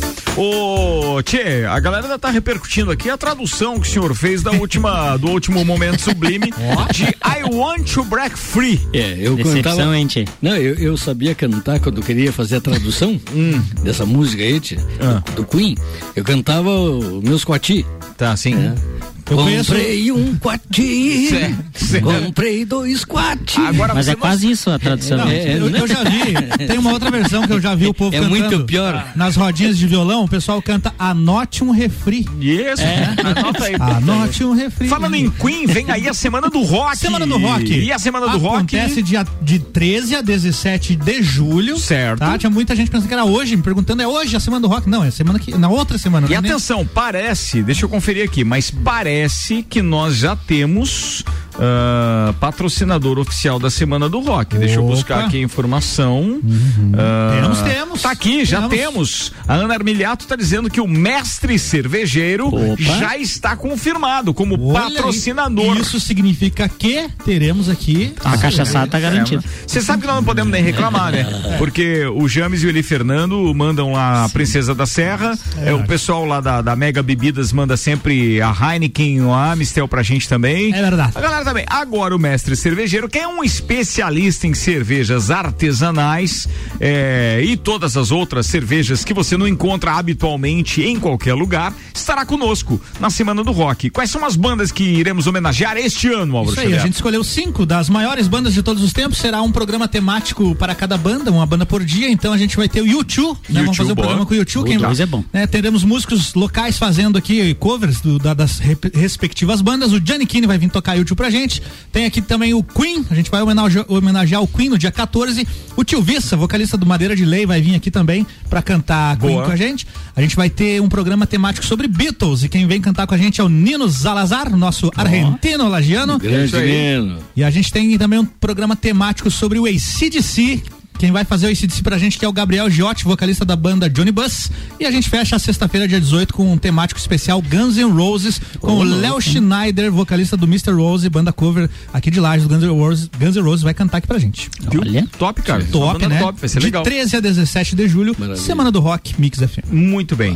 Ô, Tchê, a galera ainda tá repercutindo aqui a tradução que o senhor fez do último momento sublime de I Want to Break Free. Eu cantava. Hein, Tchê? Não, eu sabia cantar quando eu queria fazer a tradução dessa música aí, Tchê, do Queen. Eu cantava os meus coati. Tá, sim. Comprei um coati, comprei 2 coati. Mas é quase isso a tradução. Não, eu já vi, tem uma outra versão que eu já vi o povo cantando. Muito pior. Nas rodinhas de violão, o pessoal canta Anote um Refri. Isso, anota aí. Anote um refri. Falando em Queen, vem aí a Semana do Rock. Semana do Rock. E a Semana do Rock acontece de 13 a 17 de julho. Certo. Tá? Tinha muita gente pensando que era hoje, me perguntando, é hoje a Semana do Rock? Não, é na outra semana. E atenção, parece, deixa eu conferir aqui, mas parece que nós já temos patrocinador oficial da Semana do Rock. Deixa eu buscar aqui a informação. Temos. Tá aqui, já temos. A Ana Armiliato tá dizendo que o Mestre Cervejeiro já está confirmado como patrocinador. Isso significa que teremos aqui a cachaçada tá garantida. Você sabe que nós não podemos nem reclamar, né? Porque o James e o Eli Fernando mandam lá a Princesa da Serra, o pessoal lá da Mega Bebidas manda sempre a Heineken, a Amistel pra gente também. É verdade. A galera também. Agora o Mestre Cervejeiro, que é um especialista em cervejas artesanais e todas as outras cervejas que você não encontra habitualmente em qualquer lugar, estará conosco na Semana do Rock. Quais são as bandas que iremos homenagear este ano, Álvaro? Isso aí, a gente escolheu 5 das maiores bandas de todos os tempos. Será um programa temático para cada banda, uma banda por dia. Então a gente vai ter o U2, né? Vamos fazer um programa com o U2. É bom. Teremos músicos locais fazendo aqui covers das respectivas bandas. O Gianni Kini vai vir tocar U2 pra gente. Tem aqui também o Queen, a gente vai homenagear o Queen no dia 14. O Tio Vissa, vocalista do Madeira de Lei, vai vir aqui também pra cantar Queen com a gente. A gente vai ter um programa temático sobre Beatles e quem vem cantar com a gente é o Nino Salazar, nosso argentino lagiano. Grande Nino. E a gente tem também um programa temático sobre o AC/DC. Quem vai fazer o AC/DC pra gente que é o Gabriel Giotti, vocalista da banda Johnny Bus. E a gente fecha a sexta-feira, dia 18, com um temático especial Guns N' Roses, com o Léo Schneider, vocalista do Mr. Rose, banda cover aqui de Lages do Guns N' Roses, vai cantar aqui pra gente. Olha. Top, cara. Top, né? Top, vai ser legal. De 13 a 17 de julho, Maravilha. Semana do Rock, Mix FM. Muito bem.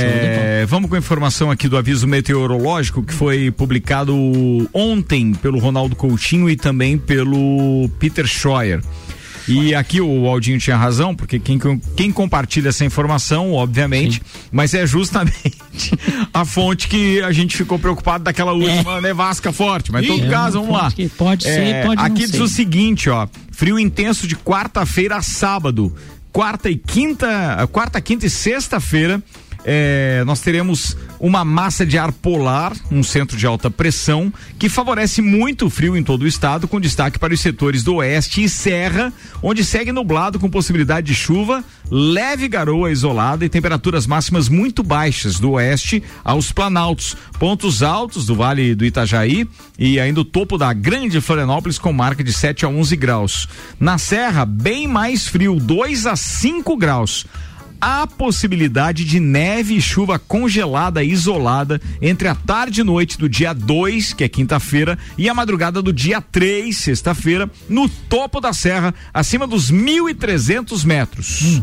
Vamos com a informação aqui do aviso meteorológico que foi publicado ontem pelo Ronaldo Coutinho e também pelo Peter Scheuer. E aqui o Aldinho tinha razão, porque quem compartilha essa informação, obviamente, mas é justamente a fonte que a gente ficou preocupado daquela última nevasca forte. Mas em todo caso, vamos lá. Pode ser, pode aqui não diz ser. o seguinte, ó, frio intenso de quarta-feira a sábado, quarta, quinta e sexta-feira. Nós teremos uma massa de ar polar, um centro de alta pressão, que favorece muito o frio em todo o estado, com destaque para os setores do oeste e serra, onde segue nublado com possibilidade de chuva, leve garoa isolada e temperaturas máximas muito baixas do oeste aos planaltos, pontos altos do Vale do Itajaí e ainda o topo da Grande Florianópolis com marca de 7 a 11 graus. Na serra, bem mais frio, 2 a 5 graus. Há possibilidade de neve e chuva congelada isolada entre a tarde e noite do dia 2, que é quinta-feira, e a madrugada do dia 3, sexta-feira, no topo da serra, acima dos 1.300 metros.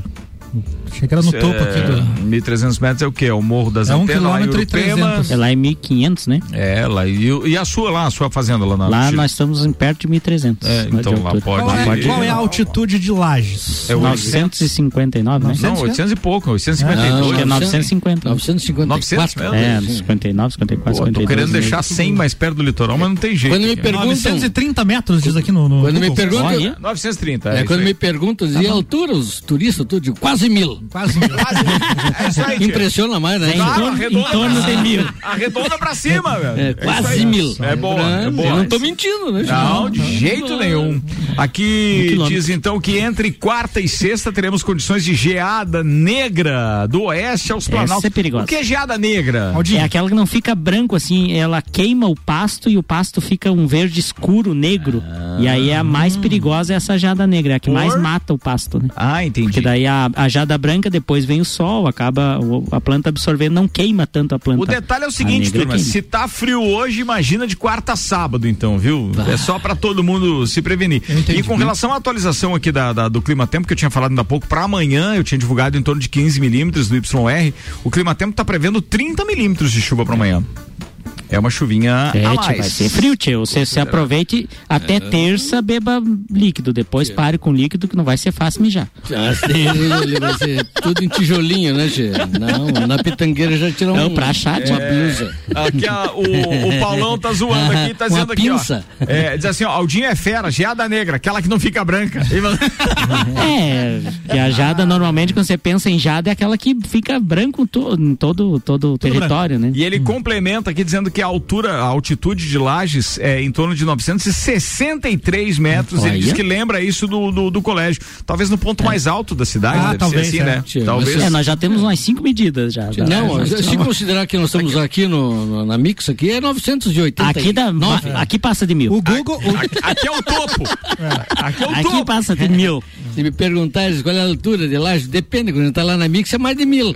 Achei que era no topo aqui do... 1.300 metros é o quê? É o Morro das Antenas, lá em Urupema. É lá em 1.500, né? É, lá. E a sua fazenda lá na... Lá nós estamos em perto de 1.300. Então lá pode... Qual é a altitude de Lages? É 959, né? Não, 800 e pouco, 852. Acho que é 950. 954. 59, 54, 52. Tô querendo deixar 100 mais perto do litoral, mas não tem jeito. Quando me perguntam... 930 metros, diz aqui no quando me perguntam... 930. Quando me perguntam, e a altura, os turistas, tudo, digo, quase 1.000. Quase 1.000. É isso aí, impressiona mais, né? Claro, em torno de 1.000. Arredonda pra cima, velho. Quase 1.000. É boa. Eu não tô mentindo, né? Não, de jeito nenhum. Aqui diz então que entre quarta e sexta teremos condições de geada negra do oeste aos Planaltos. Essa é perigosa. O que é geada negra? É aquela que não fica branco assim, ela queima o pasto e o pasto fica um verde escuro, negro. E aí é a mais perigosa, é essa geada negra, é a que mais mata o pasto, né? Entendi. Porque daí a geada branca, depois vem o sol, acaba a planta absorvendo, não queima tanto a planta. O detalhe é o seguinte, turma, se tá frio hoje, imagina de quarta a sábado, então, viu? É só pra todo mundo se prevenir. E com relação à atualização aqui do Climatempo, que eu tinha falado ainda há pouco, pra amanhã eu tinha divulgado em torno de 15 milímetros do YR, o Climatempo tá prevendo 30 milímetros de chuva pra amanhã. É uma chuvinha a mais. Vai ser frio, tio. Você aproveite até terça, beba líquido. Depois pare com líquido, que não vai ser fácil mijar. Vai ser tudo em tijolinho, né, Gê? Não, na pitangueira já tirou uma blusa. Aqui o Paulão tá zoando aqui, tá dizendo aqui, pinça. Ó. Diz assim, ó, Aldinho é fera, geada negra, aquela que não fica branca. Que a geada, normalmente, quando você pensa em geada, é aquela que fica branco em todo o território, né? E ele complementa aqui dizendo que a altitude de Lages é em torno de 963 metros. Ele diz que lembra isso do colégio. Talvez no ponto mais alto da cidade. Talvez, assim, né? Talvez. Nós já temos umas 5 medidas já. Não, se considerar que nós estamos aqui na Mix, aqui é 980. Aqui passa de 1.000. O Google. Aqui é o topo. Aqui é o topo. Aqui passa de 1.000. Se me perguntares qual é a altura de Lages, depende. Quando a gente tá lá na Mix é mais de 1.000.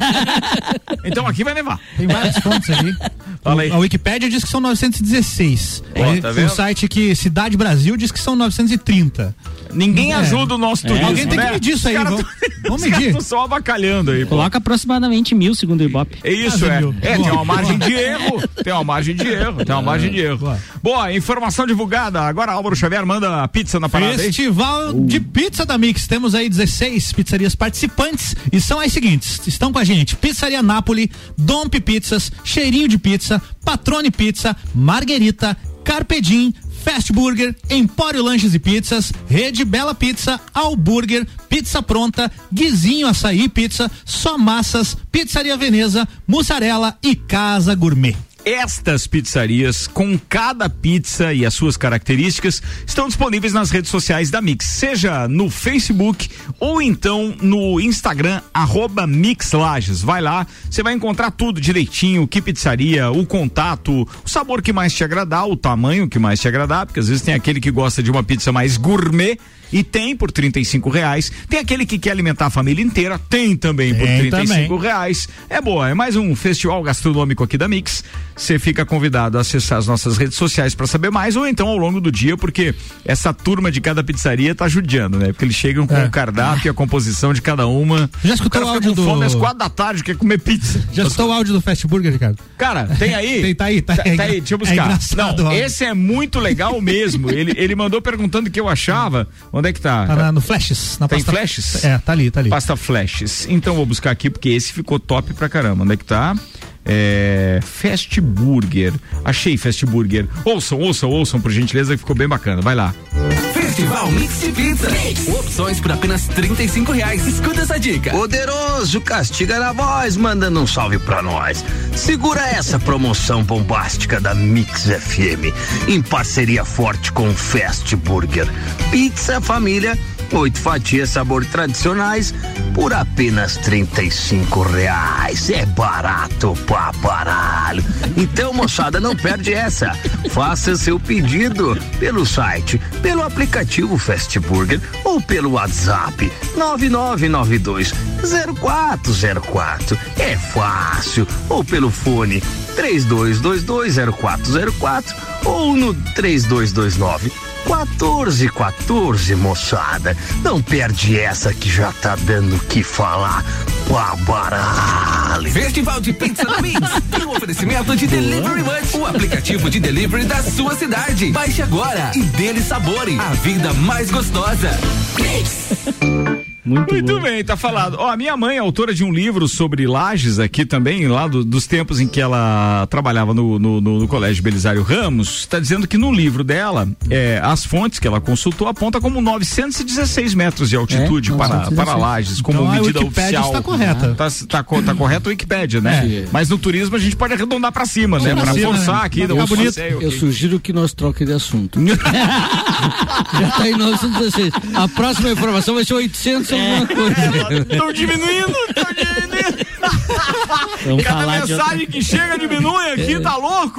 Então aqui vai nevar. Tem vários pontos aqui. Fala aí. A Wikipédia diz que são 916. Tá vendo? O site aqui, Cidade Brasil, diz que são 930. Ninguém ajuda o nosso turismo. Alguém tem que medir isso aí. Vamos medir. Os caras estão só abacalhando aí. Coloca aproximadamente 1.000, segundo o Ibope. É isso, tem uma margem de erro. Tem uma margem de erro. Boa, informação divulgada. Agora Álvaro Xavier manda a pizza na parada. Festival de pizza da Mix. Temos aí 16 pizzarias participantes e são as seguintes. Estão com a gente: Pizzaria Napoli, Domp Pizzas, Cheirinho de Pizza, Patrone Pizza, Margherita, Carpe Diem, Fast Burger, Empório Lanches e Pizzas, Rede Bela Pizza, Alburger, Pizza Pronta, Guizinho Açaí Pizza, Só Massas, Pizzaria Veneza, Mussarela e Casa Gourmet. Estas pizzarias, com cada pizza e as suas características, estão disponíveis nas redes sociais da Mix, seja no Facebook ou então no Instagram, @MixLages. Vai lá, você vai encontrar tudo direitinho, que pizzaria, o contato, o sabor que mais te agradar, o tamanho que mais te agradar, porque às vezes tem aquele que gosta de uma pizza mais gourmet, e tem por R$35. Tem aquele que quer alimentar a família inteira, tem também por R$35. É boa, é mais um festival gastronômico aqui da Mix. Você fica convidado a acessar as nossas redes sociais para saber mais, ou então ao longo do dia, porque essa turma de cada pizzaria tá judiando, né? Porque eles chegam com o cardápio e a composição de cada uma. Já escutou o áudio do... fome às 4 da tarde, quer comer pizza. Já escutou o áudio do Fast Burger, Ricardo? Cara, tem aí? Tá aí, deixa eu buscar. Não, esse é muito legal mesmo. Ele mandou perguntando o que eu achava. Onde é que tá? Tá no Flashes. Tem Flashes? Tá ali. Pasta Flashes. Então vou buscar aqui porque esse ficou top pra caramba. Onde é que tá? Fast Burger. Achei Fast Burger. Ouçam por gentileza, que ficou bem bacana. Vai lá. Festival Mix de Pizza. Opções por apenas R$35. Escuta essa dica. Poderoso castiga na voz, mandando um salve pra nós. Segura essa promoção bombástica da Mix FM, em parceria forte com Fast Burger. Pizza família, 8 fatias sabor tradicionais por apenas R$35. É barato pra baralho. Então, moçada, não perde essa. Faça seu pedido pelo site, pelo aplicativo Fast Burger ou pelo WhatsApp 9992-0404. É fácil. Ou pelo fone 3222-0404 ou no 3229 1414, moçada. Não perde essa que já tá dando o que falar com a Barali. Festival de Pizza da Mix tem um oferecimento de Delivery Munch, o aplicativo de delivery da sua cidade. Baixe agora e dê-lhe sabores. A vida mais gostosa. Muito bem, tá falado. Ó, a minha mãe é autora de um livro sobre Lages aqui também, lá dos tempos em que ela trabalhava no Colégio Belisário Ramos, tá dizendo que no livro dela, as fontes que ela consultou aponta como 916 metros de altitude para Lages, como então, medida a Wikipédia oficial. Está correta. Tá correto a Wikipédia, né? Mas no turismo a gente pode arredondar pra cima, né? Pra forçar aqui. Eu sugiro que nós troquemos de assunto. Já tá em 916. A próxima informação vai ser 800 alguma coisa. Estão diminuindo. Cada mensagem que chega diminui aqui, tá louco?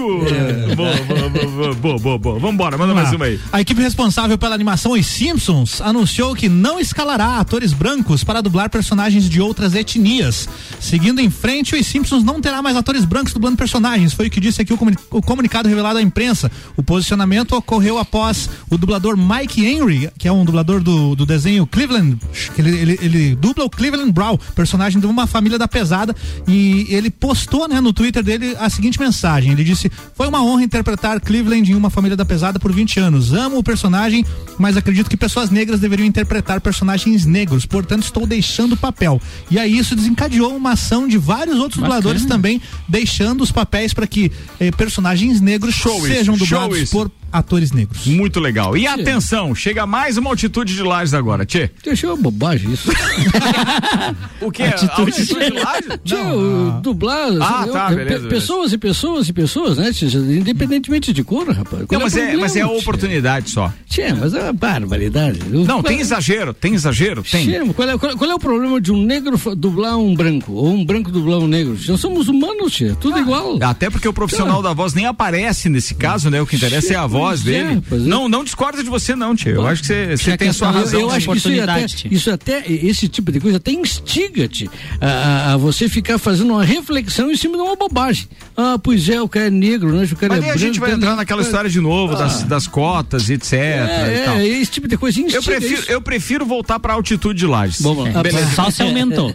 Boa. Vambora, manda mais uma aí. A equipe responsável pela animação Os Simpsons anunciou que não escalará atores brancos para dublar personagens de outras etnias. Seguindo em frente, Os Simpsons não terá mais atores brancos dublando personagens. Foi o que disse aqui o comunicado revelado à imprensa. O posicionamento ocorreu após o dublador Mike Henry, que é um dublador do desenho Cleveland, que ele dubla o Cleveland Brown, personagem de Uma Família da Pesada, e ele postou, né, no Twitter dele a seguinte mensagem. Ele disse: foi uma honra interpretar Cleveland em Uma Família da Pesada por 20 anos. Amo o personagem, mas acredito que pessoas negras deveriam interpretar personagens negros, portanto estou deixando o papel. E aí isso desencadeou uma ação de vários outros dubladores também deixando os papéis para que personagens negros sejam dublados por atores negros. Muito legal. E atenção, chega mais uma altitude de Lages agora, tchê. Deixa uma bobagem isso. O que? Altitude de Lages? Tchê, dublar. Beleza. Pessoas e pessoas, né? Independentemente de cor, rapaz. Não, mas é a oportunidade só. Tchê, mas é uma barbaridade. Não, tem exagero. Tem. Tchê, qual é o problema de um negro dublar um branco? Ou um branco dublar um negro? Nós somos humanos, tchê. Tudo igual. Até porque o profissional da voz nem aparece nesse caso, né? O que interessa é a voz dele. Não discorda de você não, tio. Eu acho que você tem a sua razão. Eu acho que isso até esse tipo de coisa até instiga-te a você ficar fazendo uma reflexão em cima de uma bobagem. Pois é, o cara é negro, né? O cara mas aí a gente vai entrar naquela história de novo, das cotas, etc. Esse tipo de coisa instiga. Eu prefiro voltar pra altitude de Lages. Só se aumentou.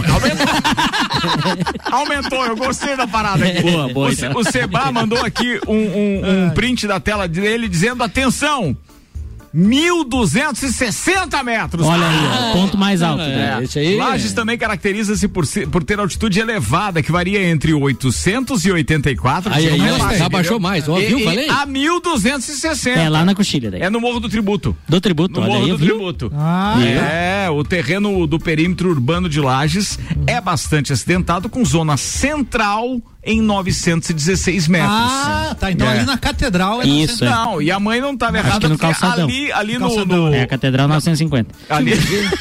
Aumentou, eu gostei da parada aqui. Boa. O Seba mandou aqui um print da tela dele dizendo: atenção, 1.260 metros. Olha aí, ponto mais alto. Lages também caracteriza-se por ter altitude elevada, que varia entre 884. Já baixou mais, viu? Falei? A 1.260. É lá na Coxilha daí. É no Morro do Tributo. Do Tributo, no Morro do Tributo. O terreno do perímetro urbano de Lages é bastante acidentado, com zona central em 916 metros. Tá. Então ali na Catedral isso. Não, e a mãe não estava errada, no porque ali no a Catedral 950. Ali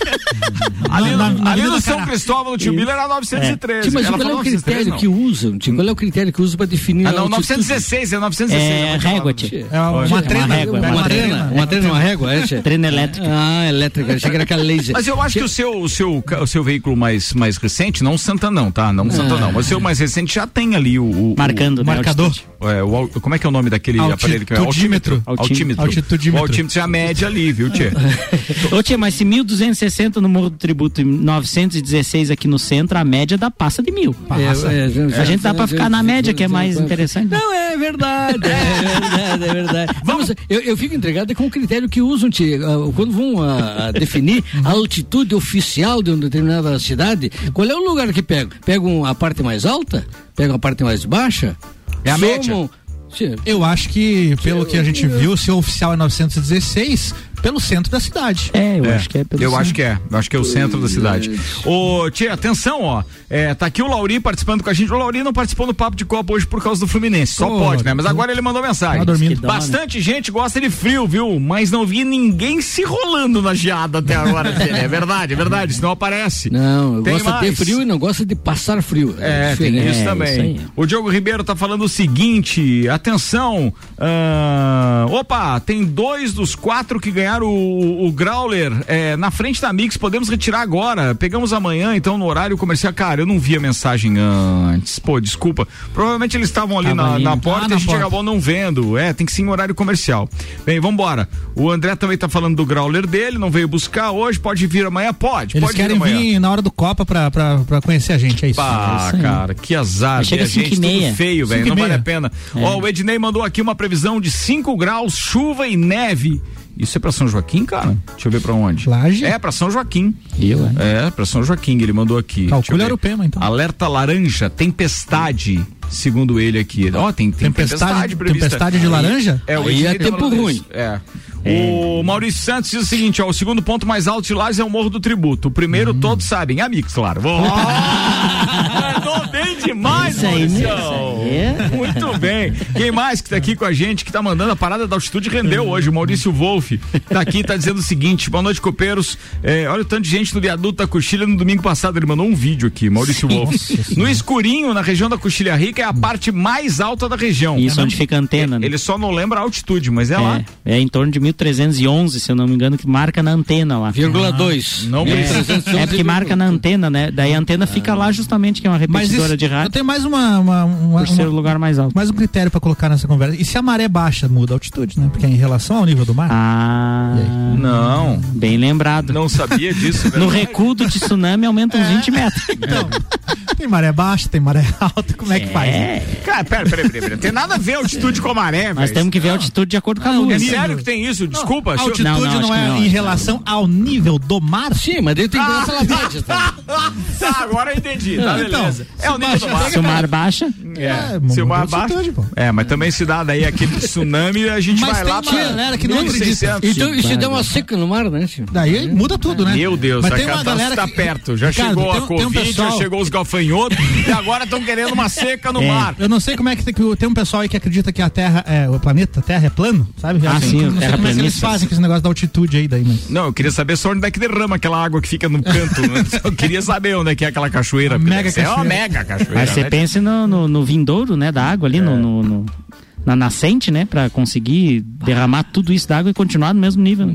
no São Cristóvão, no Tio Miller era 913. Mas qual é o critério que usam? Qual é o critério que usam para definir a altitude? 916, é 916. É régua, tio. É uma trena. Uma trena, uma régua, Trena elétrica. Elétrica, chega naquela laser. Mas eu acho que o seu veículo mais recente, não o Santa não, tá? Não o Santa não, mas o seu mais recente já tem ali o marcador. Como é que é o nome daquele aparelho que é? Altímetro. O altímetro já mede ali, viu, Tchê? Ô, Tchê, mas se 1.260 no Morro do Tributo e 916 aqui no centro, a média dá passa de 1.000. A gente dá pra ficar na média, que é mais interessante. Não, é verdade. É verdade. Vamos, eu fico intrigado com o critério que usam, Tchê, quando vão definir a altitude oficial de uma determinada cidade. Qual é o lugar que pegam? Pegam a parte mais alta? Pegam a parte mais baixa? É a média. Eu acho que, pelo que a gente viu, se o oficial é 916, pelo centro da cidade. Eu acho que é pelo centro. Eu acho que é o centro da cidade. Ô, Tia, atenção, ó. Tá aqui o Lauri participando com a gente. O Lauri não participou do Papo de Copa hoje por causa do Fluminense. Só pode, né? Mas agora ele mandou mensagem. Bastante gente gosta de frio, viu? Mas não vi ninguém se rolando na geada até agora. É verdade, isso não aparece. Não, gosta de frio e não gosta de passar frio. Tem isso também. Isso o Diogo Ribeiro tá falando o seguinte: atenção, tem 2 dos 4 que ganharam ganhar o Growler na frente da Mix, podemos retirar agora, pegamos amanhã, então no horário comercial. Cara, eu não vi a mensagem antes, pô, desculpa, provavelmente eles estavam ali na porta e a gente acabou não vendo, tem que ser em horário comercial. Bem, vambora, o André também tá falando do Growler dele, não veio buscar hoje, pode vir amanhã? Pode querem vir na hora do Copa pra conhecer a gente, é isso. Cara, que azar, chega a gente tudo feio, velho, não vale a pena. O Ednei mandou aqui uma previsão de 5 graus, chuva e neve. Isso é pra São Joaquim, cara? Deixa eu ver pra onde. Laje? É pra São Joaquim. Pra São Joaquim, ele mandou aqui. Calcula Arupema, então. Alerta laranja, tempestade, segundo ele aqui. Tem tempestade prevista. Tempestade de laranja? Aí é tempo ruim. O Maurício Santos diz o seguinte, o segundo ponto mais alto de Lages é o Morro do Tributo. O primeiro todos sabem, amigos, claro. Mandou bem demais, Maurício. Muito bem. Quem mais que tá aqui com a gente, que tá mandando a parada da altitude rendeu hoje? O Maurício Wolff tá aqui, tá dizendo o seguinte, boa noite, copeiros. Olha o tanto de gente no viaduto da Coxilha no domingo passado, ele mandou um vídeo aqui, Maurício Wolff. No escurinho, na região da Coxilha Rica, é a parte mais alta da região. Isso, onde fica a antena. Ele só não lembra a altitude, mas lá. É em torno de 1311, se eu não me engano, que marca na antena lá. 0,2. Não precisa. É porque marca na antena, né? Daí a antena fica lá justamente, que é uma repetidora de rádio. Eu tenho mais por ser o lugar mais alto. Mais um critério pra colocar nessa conversa. E se a maré baixa, muda a altitude, né? Porque é em relação ao nível do mar. Não. Bem lembrado. Não sabia disso. No recuo do tsunami aumenta uns 20 metros. Então, tem maré baixa, tem maré alta, como é que faz? Cara, pera. Tem nada a ver a altitude com a maré, Mas temos que ver a altitude de acordo com a luz. É sério que tem isso? Desculpa. A altitude não é em relação ao nível do mar? Sim, mas daí tem que ver pela média. Tá, agora eu entendi. Tá, beleza. É o nível do mar. Se o mar baixa. Se o mar baixa. Mas também se dá daí aquele tsunami, a gente vai lá pra... galera que não acredita. Então, e se der uma seca no mar, né? Daí muda tudo, né? Meu Deus, a catástrofe tá perto. Já chegou a Covid, já chegou os gafanhotos e agora estão querendo uma seca no mar. Eu não sei como é que tem um pessoal aí que acredita que a Terra o planeta Terra é plano, sabe? Sim, não sei como é que eles fazem com esse negócio da altitude aí daí, mas... Não, eu queria saber só onde é que derrama aquela água que fica no canto. Eu queria saber onde é que é aquela cachoeira. É uma mega cachoeira. Mas você pensa no vindouro, né, da água ali, na nascente, né, pra conseguir derramar tudo isso da água e continuar no mesmo nível.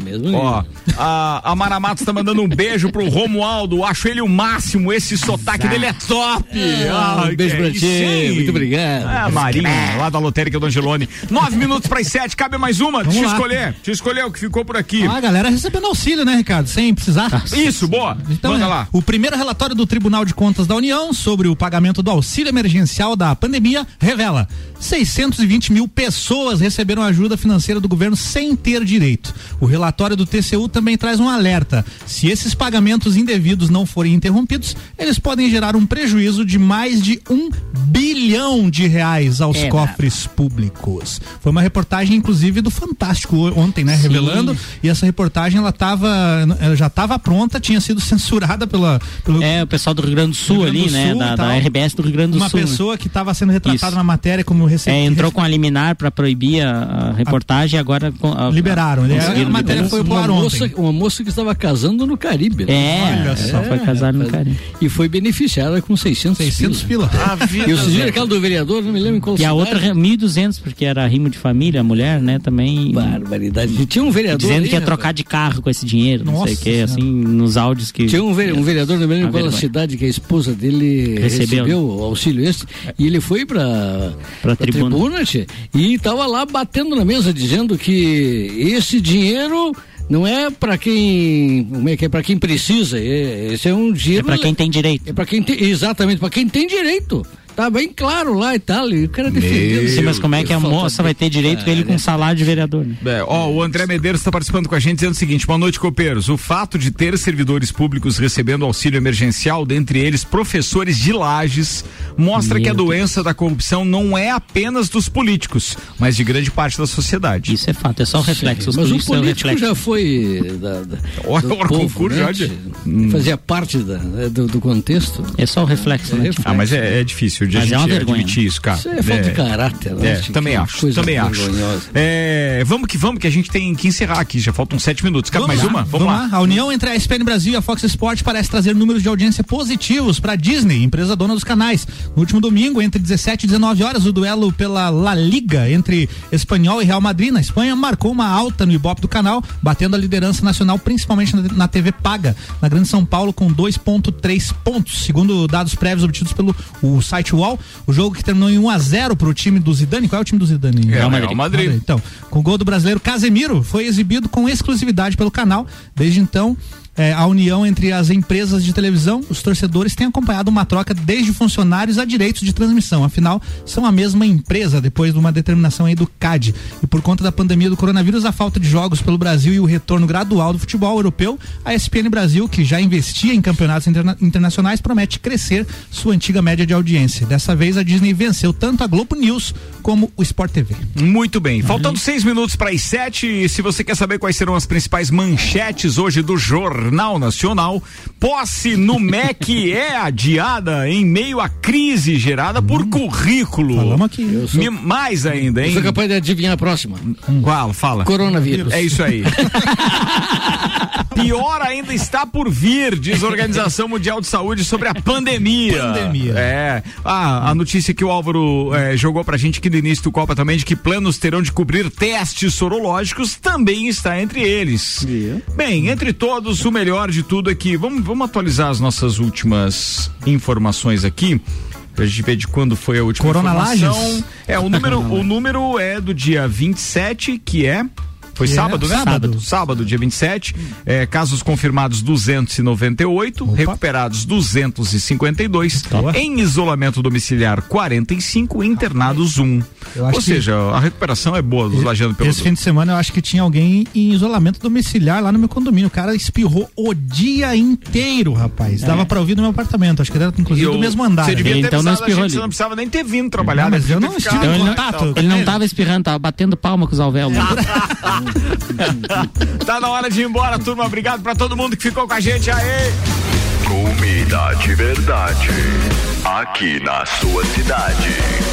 A Mara Matos tá mandando um beijo pro Romualdo, acho ele o máximo, esse sotaque dele é top. Um beijo pra ti, muito obrigado. Marinha, lá da Lotérica do Angelone. 9 minutos pras 7, cabe mais uma? Deixa eu escolher o que ficou por aqui. A galera recebendo auxílio, né, Ricardo, sem precisar. Isso, boa. Então, manda lá. O primeiro relatório do Tribunal de Contas da União sobre o pagamento do auxílio emergencial da pandemia revela 620 mil pessoas receberam ajuda financeira do governo sem ter direito. O relatório do TCU também traz um alerta. Se esses pagamentos indevidos não forem interrompidos, eles podem gerar um prejuízo de mais de R$1 bilhão aos cofres públicos. Foi uma reportagem, inclusive, do Fantástico ontem, né? Sim. Revelando. E essa reportagem, ela já estava pronta, tinha sido censurada pelo o pessoal do Rio Grande do Sul ali, né? Da RBS do Rio Grande do Sul. Uma pessoa que estava sendo retratada na matéria como entrou com a liminar para proibir a reportagem, agora liberaram. A matéria foi pro ar ontem. Uma moça que estava casando no Caribe. Foi casada no Caribe. E foi beneficiada com 600 pila. E eu sugiro aquela do vereador, não me lembro em qual cidade. E a outra 1.200, porque era rimo de família, a mulher, né, também. Barbaridade. E tinha um vereador dizendo que ia trocar de carro com esse dinheiro, não sei o que, assim, nos áudios que... Tinha um vereador, não me lembro em qual cidade, que a esposa dele recebeu o auxílio e ele foi pra tribuna e estava lá batendo na mesa dizendo que esse dinheiro não é para quem, para quem precisa, esse é um dinheiro, é para quem tem direito. Exatamente, para quem tem direito. Tá bem claro lá e tal, e o cara defendendo. Sim, mas como é que a moça vai ter direito ele com salário de vereador? Né? O André Medeiros está participando com a gente dizendo o seguinte: boa noite, copeiros. O fato de ter servidores públicos recebendo auxílio emergencial, dentre eles professores de Lages, mostra que a doença da corrupção não é apenas dos políticos, mas de grande parte da sociedade. Isso é fato, é só o reflexo. Mas o político já foi do concurso, né? Fazia parte do contexto. É só o reflexo, né? Mas é difícil. fácil de a gente admitir isso, cara. Isso é falta de caráter, né? Também acho. Vamos que a gente tem que encerrar aqui, já faltam 7 minutos. Cabe mais uma? Vamos lá. A união entre a ESPN Brasil e a Fox Sport parece trazer números de audiência positivos para a Disney, empresa dona dos canais. No último domingo, entre 17 e 19 horas, o duelo pela La Liga entre Espanhol e Real Madrid na Espanha marcou uma alta no Ibope do canal, batendo a liderança nacional, principalmente na TV paga, na Grande São Paulo, com 2,3 pontos. Segundo dados prévios obtidos pelo site UOL, o jogo que terminou em 1-0 para o time do Zidane. Qual é o time do Zidane? Real Madrid. Então, com o gol do brasileiro Casemiro, foi exibido com exclusividade pelo canal. Desde então, a união entre as empresas de televisão, os torcedores têm acompanhado uma troca desde funcionários a direitos de transmissão. Afinal, são a mesma empresa depois de uma determinação aí do CAD. E por conta da pandemia do coronavírus, a falta de jogos pelo Brasil e o retorno gradual do futebol europeu, a ESPN Brasil, que já investia em campeonatos internacionais, promete crescer sua antiga média de audiência. Dessa vez, a Disney venceu tanto a Globo News como o Sport TV. Muito bem. Faltando 6 minutos para as 7, se você quer saber quais serão as principais manchetes hoje do Jornal Nacional, posse no MEC é adiada em meio à crise gerada por currículo. Falamos aqui. Mais ainda, hein? Eu sou capaz de adivinhar a próxima. Qual? Fala. Coronavírus. É isso aí. Pior ainda está por vir, diz a Organização Mundial de Saúde sobre a pandemia. A notícia que o Álvaro jogou pra gente aqui no início do Copa também, de que planos terão de cobrir testes sorológicos, também está entre eles. Bem, entre todos, o melhor de tudo é que vamos atualizar as nossas últimas informações aqui. Pra gente ver de quando foi a última informação. O número é do dia 27, que é... Foi sábado, né? Sábado, dia 27. Casos confirmados 298, recuperados 252, em isolamento domiciliar 45, internados 1. Ou seja, a recuperação é boa dos lajeanos pelo. Esse fim de semana eu acho que tinha alguém em isolamento domiciliar lá no meu condomínio. O cara espirrou o dia inteiro, rapaz. Dava pra ouvir no meu apartamento. Acho que era inclusive do mesmo andar. Você devia ter então não espirrou. Você não precisava nem ter vindo trabalhar. Mas eu não estive em contato. Ele não tava espirrando, tava batendo palma com os alvéolos. Tá na hora de ir embora, turma. Obrigado pra todo mundo que ficou com a gente aí. Comida de verdade, aqui na sua cidade.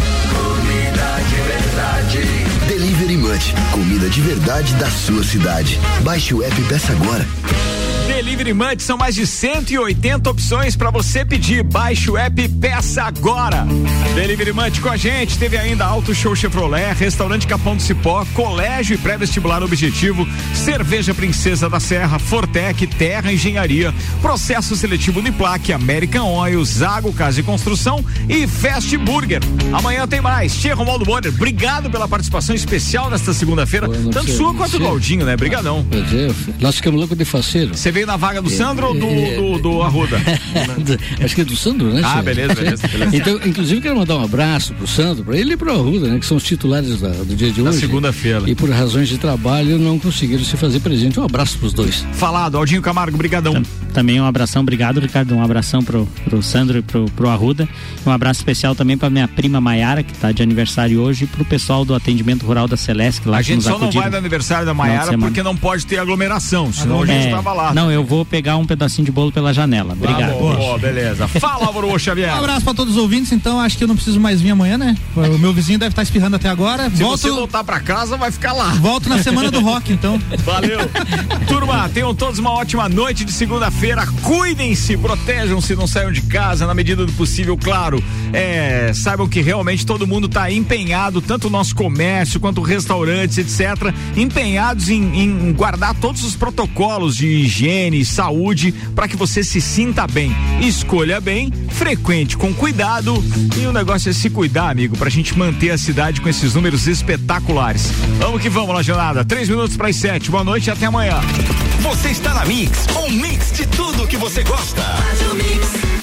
Comida de verdade. Delivery Munch, comida de verdade da sua cidade. Baixe o app e peça agora. Delivery Munch, são mais de 180 opções para você pedir. Baixe o app e peça agora. Delivery Munch com a gente. Teve ainda Auto Show Chevrolet, Restaurante Capão do Cipó, Colégio e Pré-Vestibular Objetivo, Cerveja Princesa da Serra, Fortec, Terra Engenharia, Processo Seletivo Uniplac, American Oil, Zago Casa e Construção e Fast Burger. Amanhã tem mais. Tia Romualdo Bonner, obrigado pela participação especial nesta segunda-feira, tanto sua quanto do Aldinho, né? Brigadão. Nós ficamos loucos de faceiro. Você veio na vaga do Sandro ou do Arruda? Acho que é do Sandro, né? Beleza. Então, inclusive, quero mandar um abraço pro Sandro, pra ele e pro Arruda, né? Que são os titulares do dia de hoje. Na segunda-feira. E por razões de trabalho não conseguiram se fazer presente. Um abraço pros dois. Falado, Aldinho Camargo, brigadão. Também um abração, obrigado, Ricardo. Um abração pro Sandro e pro Arruda. Um abraço especial também pra minha prima Maiara, que tá de aniversário hoje, e pro pessoal do atendimento rural da Celeste, lá a gente só não vai no aniversário da Maiara porque não pode ter aglomeração, senão a gente tava lá. Não, eu vou pegar um pedacinho de bolo pela janela. Obrigado. Beleza. Fala, Álvaro Xavier. Um abraço pra todos os ouvintes, então acho que eu não preciso mais vir amanhã, né? O meu vizinho deve estar espirrando até agora. Se você voltar pra casa, vai ficar lá. Volto na semana do rock, então. Valeu. Turma, tenham todos uma ótima noite de segunda-feira. Cuidem-se, protejam-se, não saiam de casa na medida do possível, claro. Saibam que realmente todo mundo tá empenhado, tanto o nosso comércio quanto restaurantes, etc., empenhados em guardar todos os protocolos de higiene, saúde, para que você se sinta bem. Escolha bem, frequente com cuidado, e o negócio é se cuidar, amigo, pra gente manter a cidade com esses números espetaculares. Vamos que vamos, Lajeanada. 3 minutos para as 7. Boa noite e até amanhã. Você está na Mix, um mix de tudo que você gosta. Faz o mix.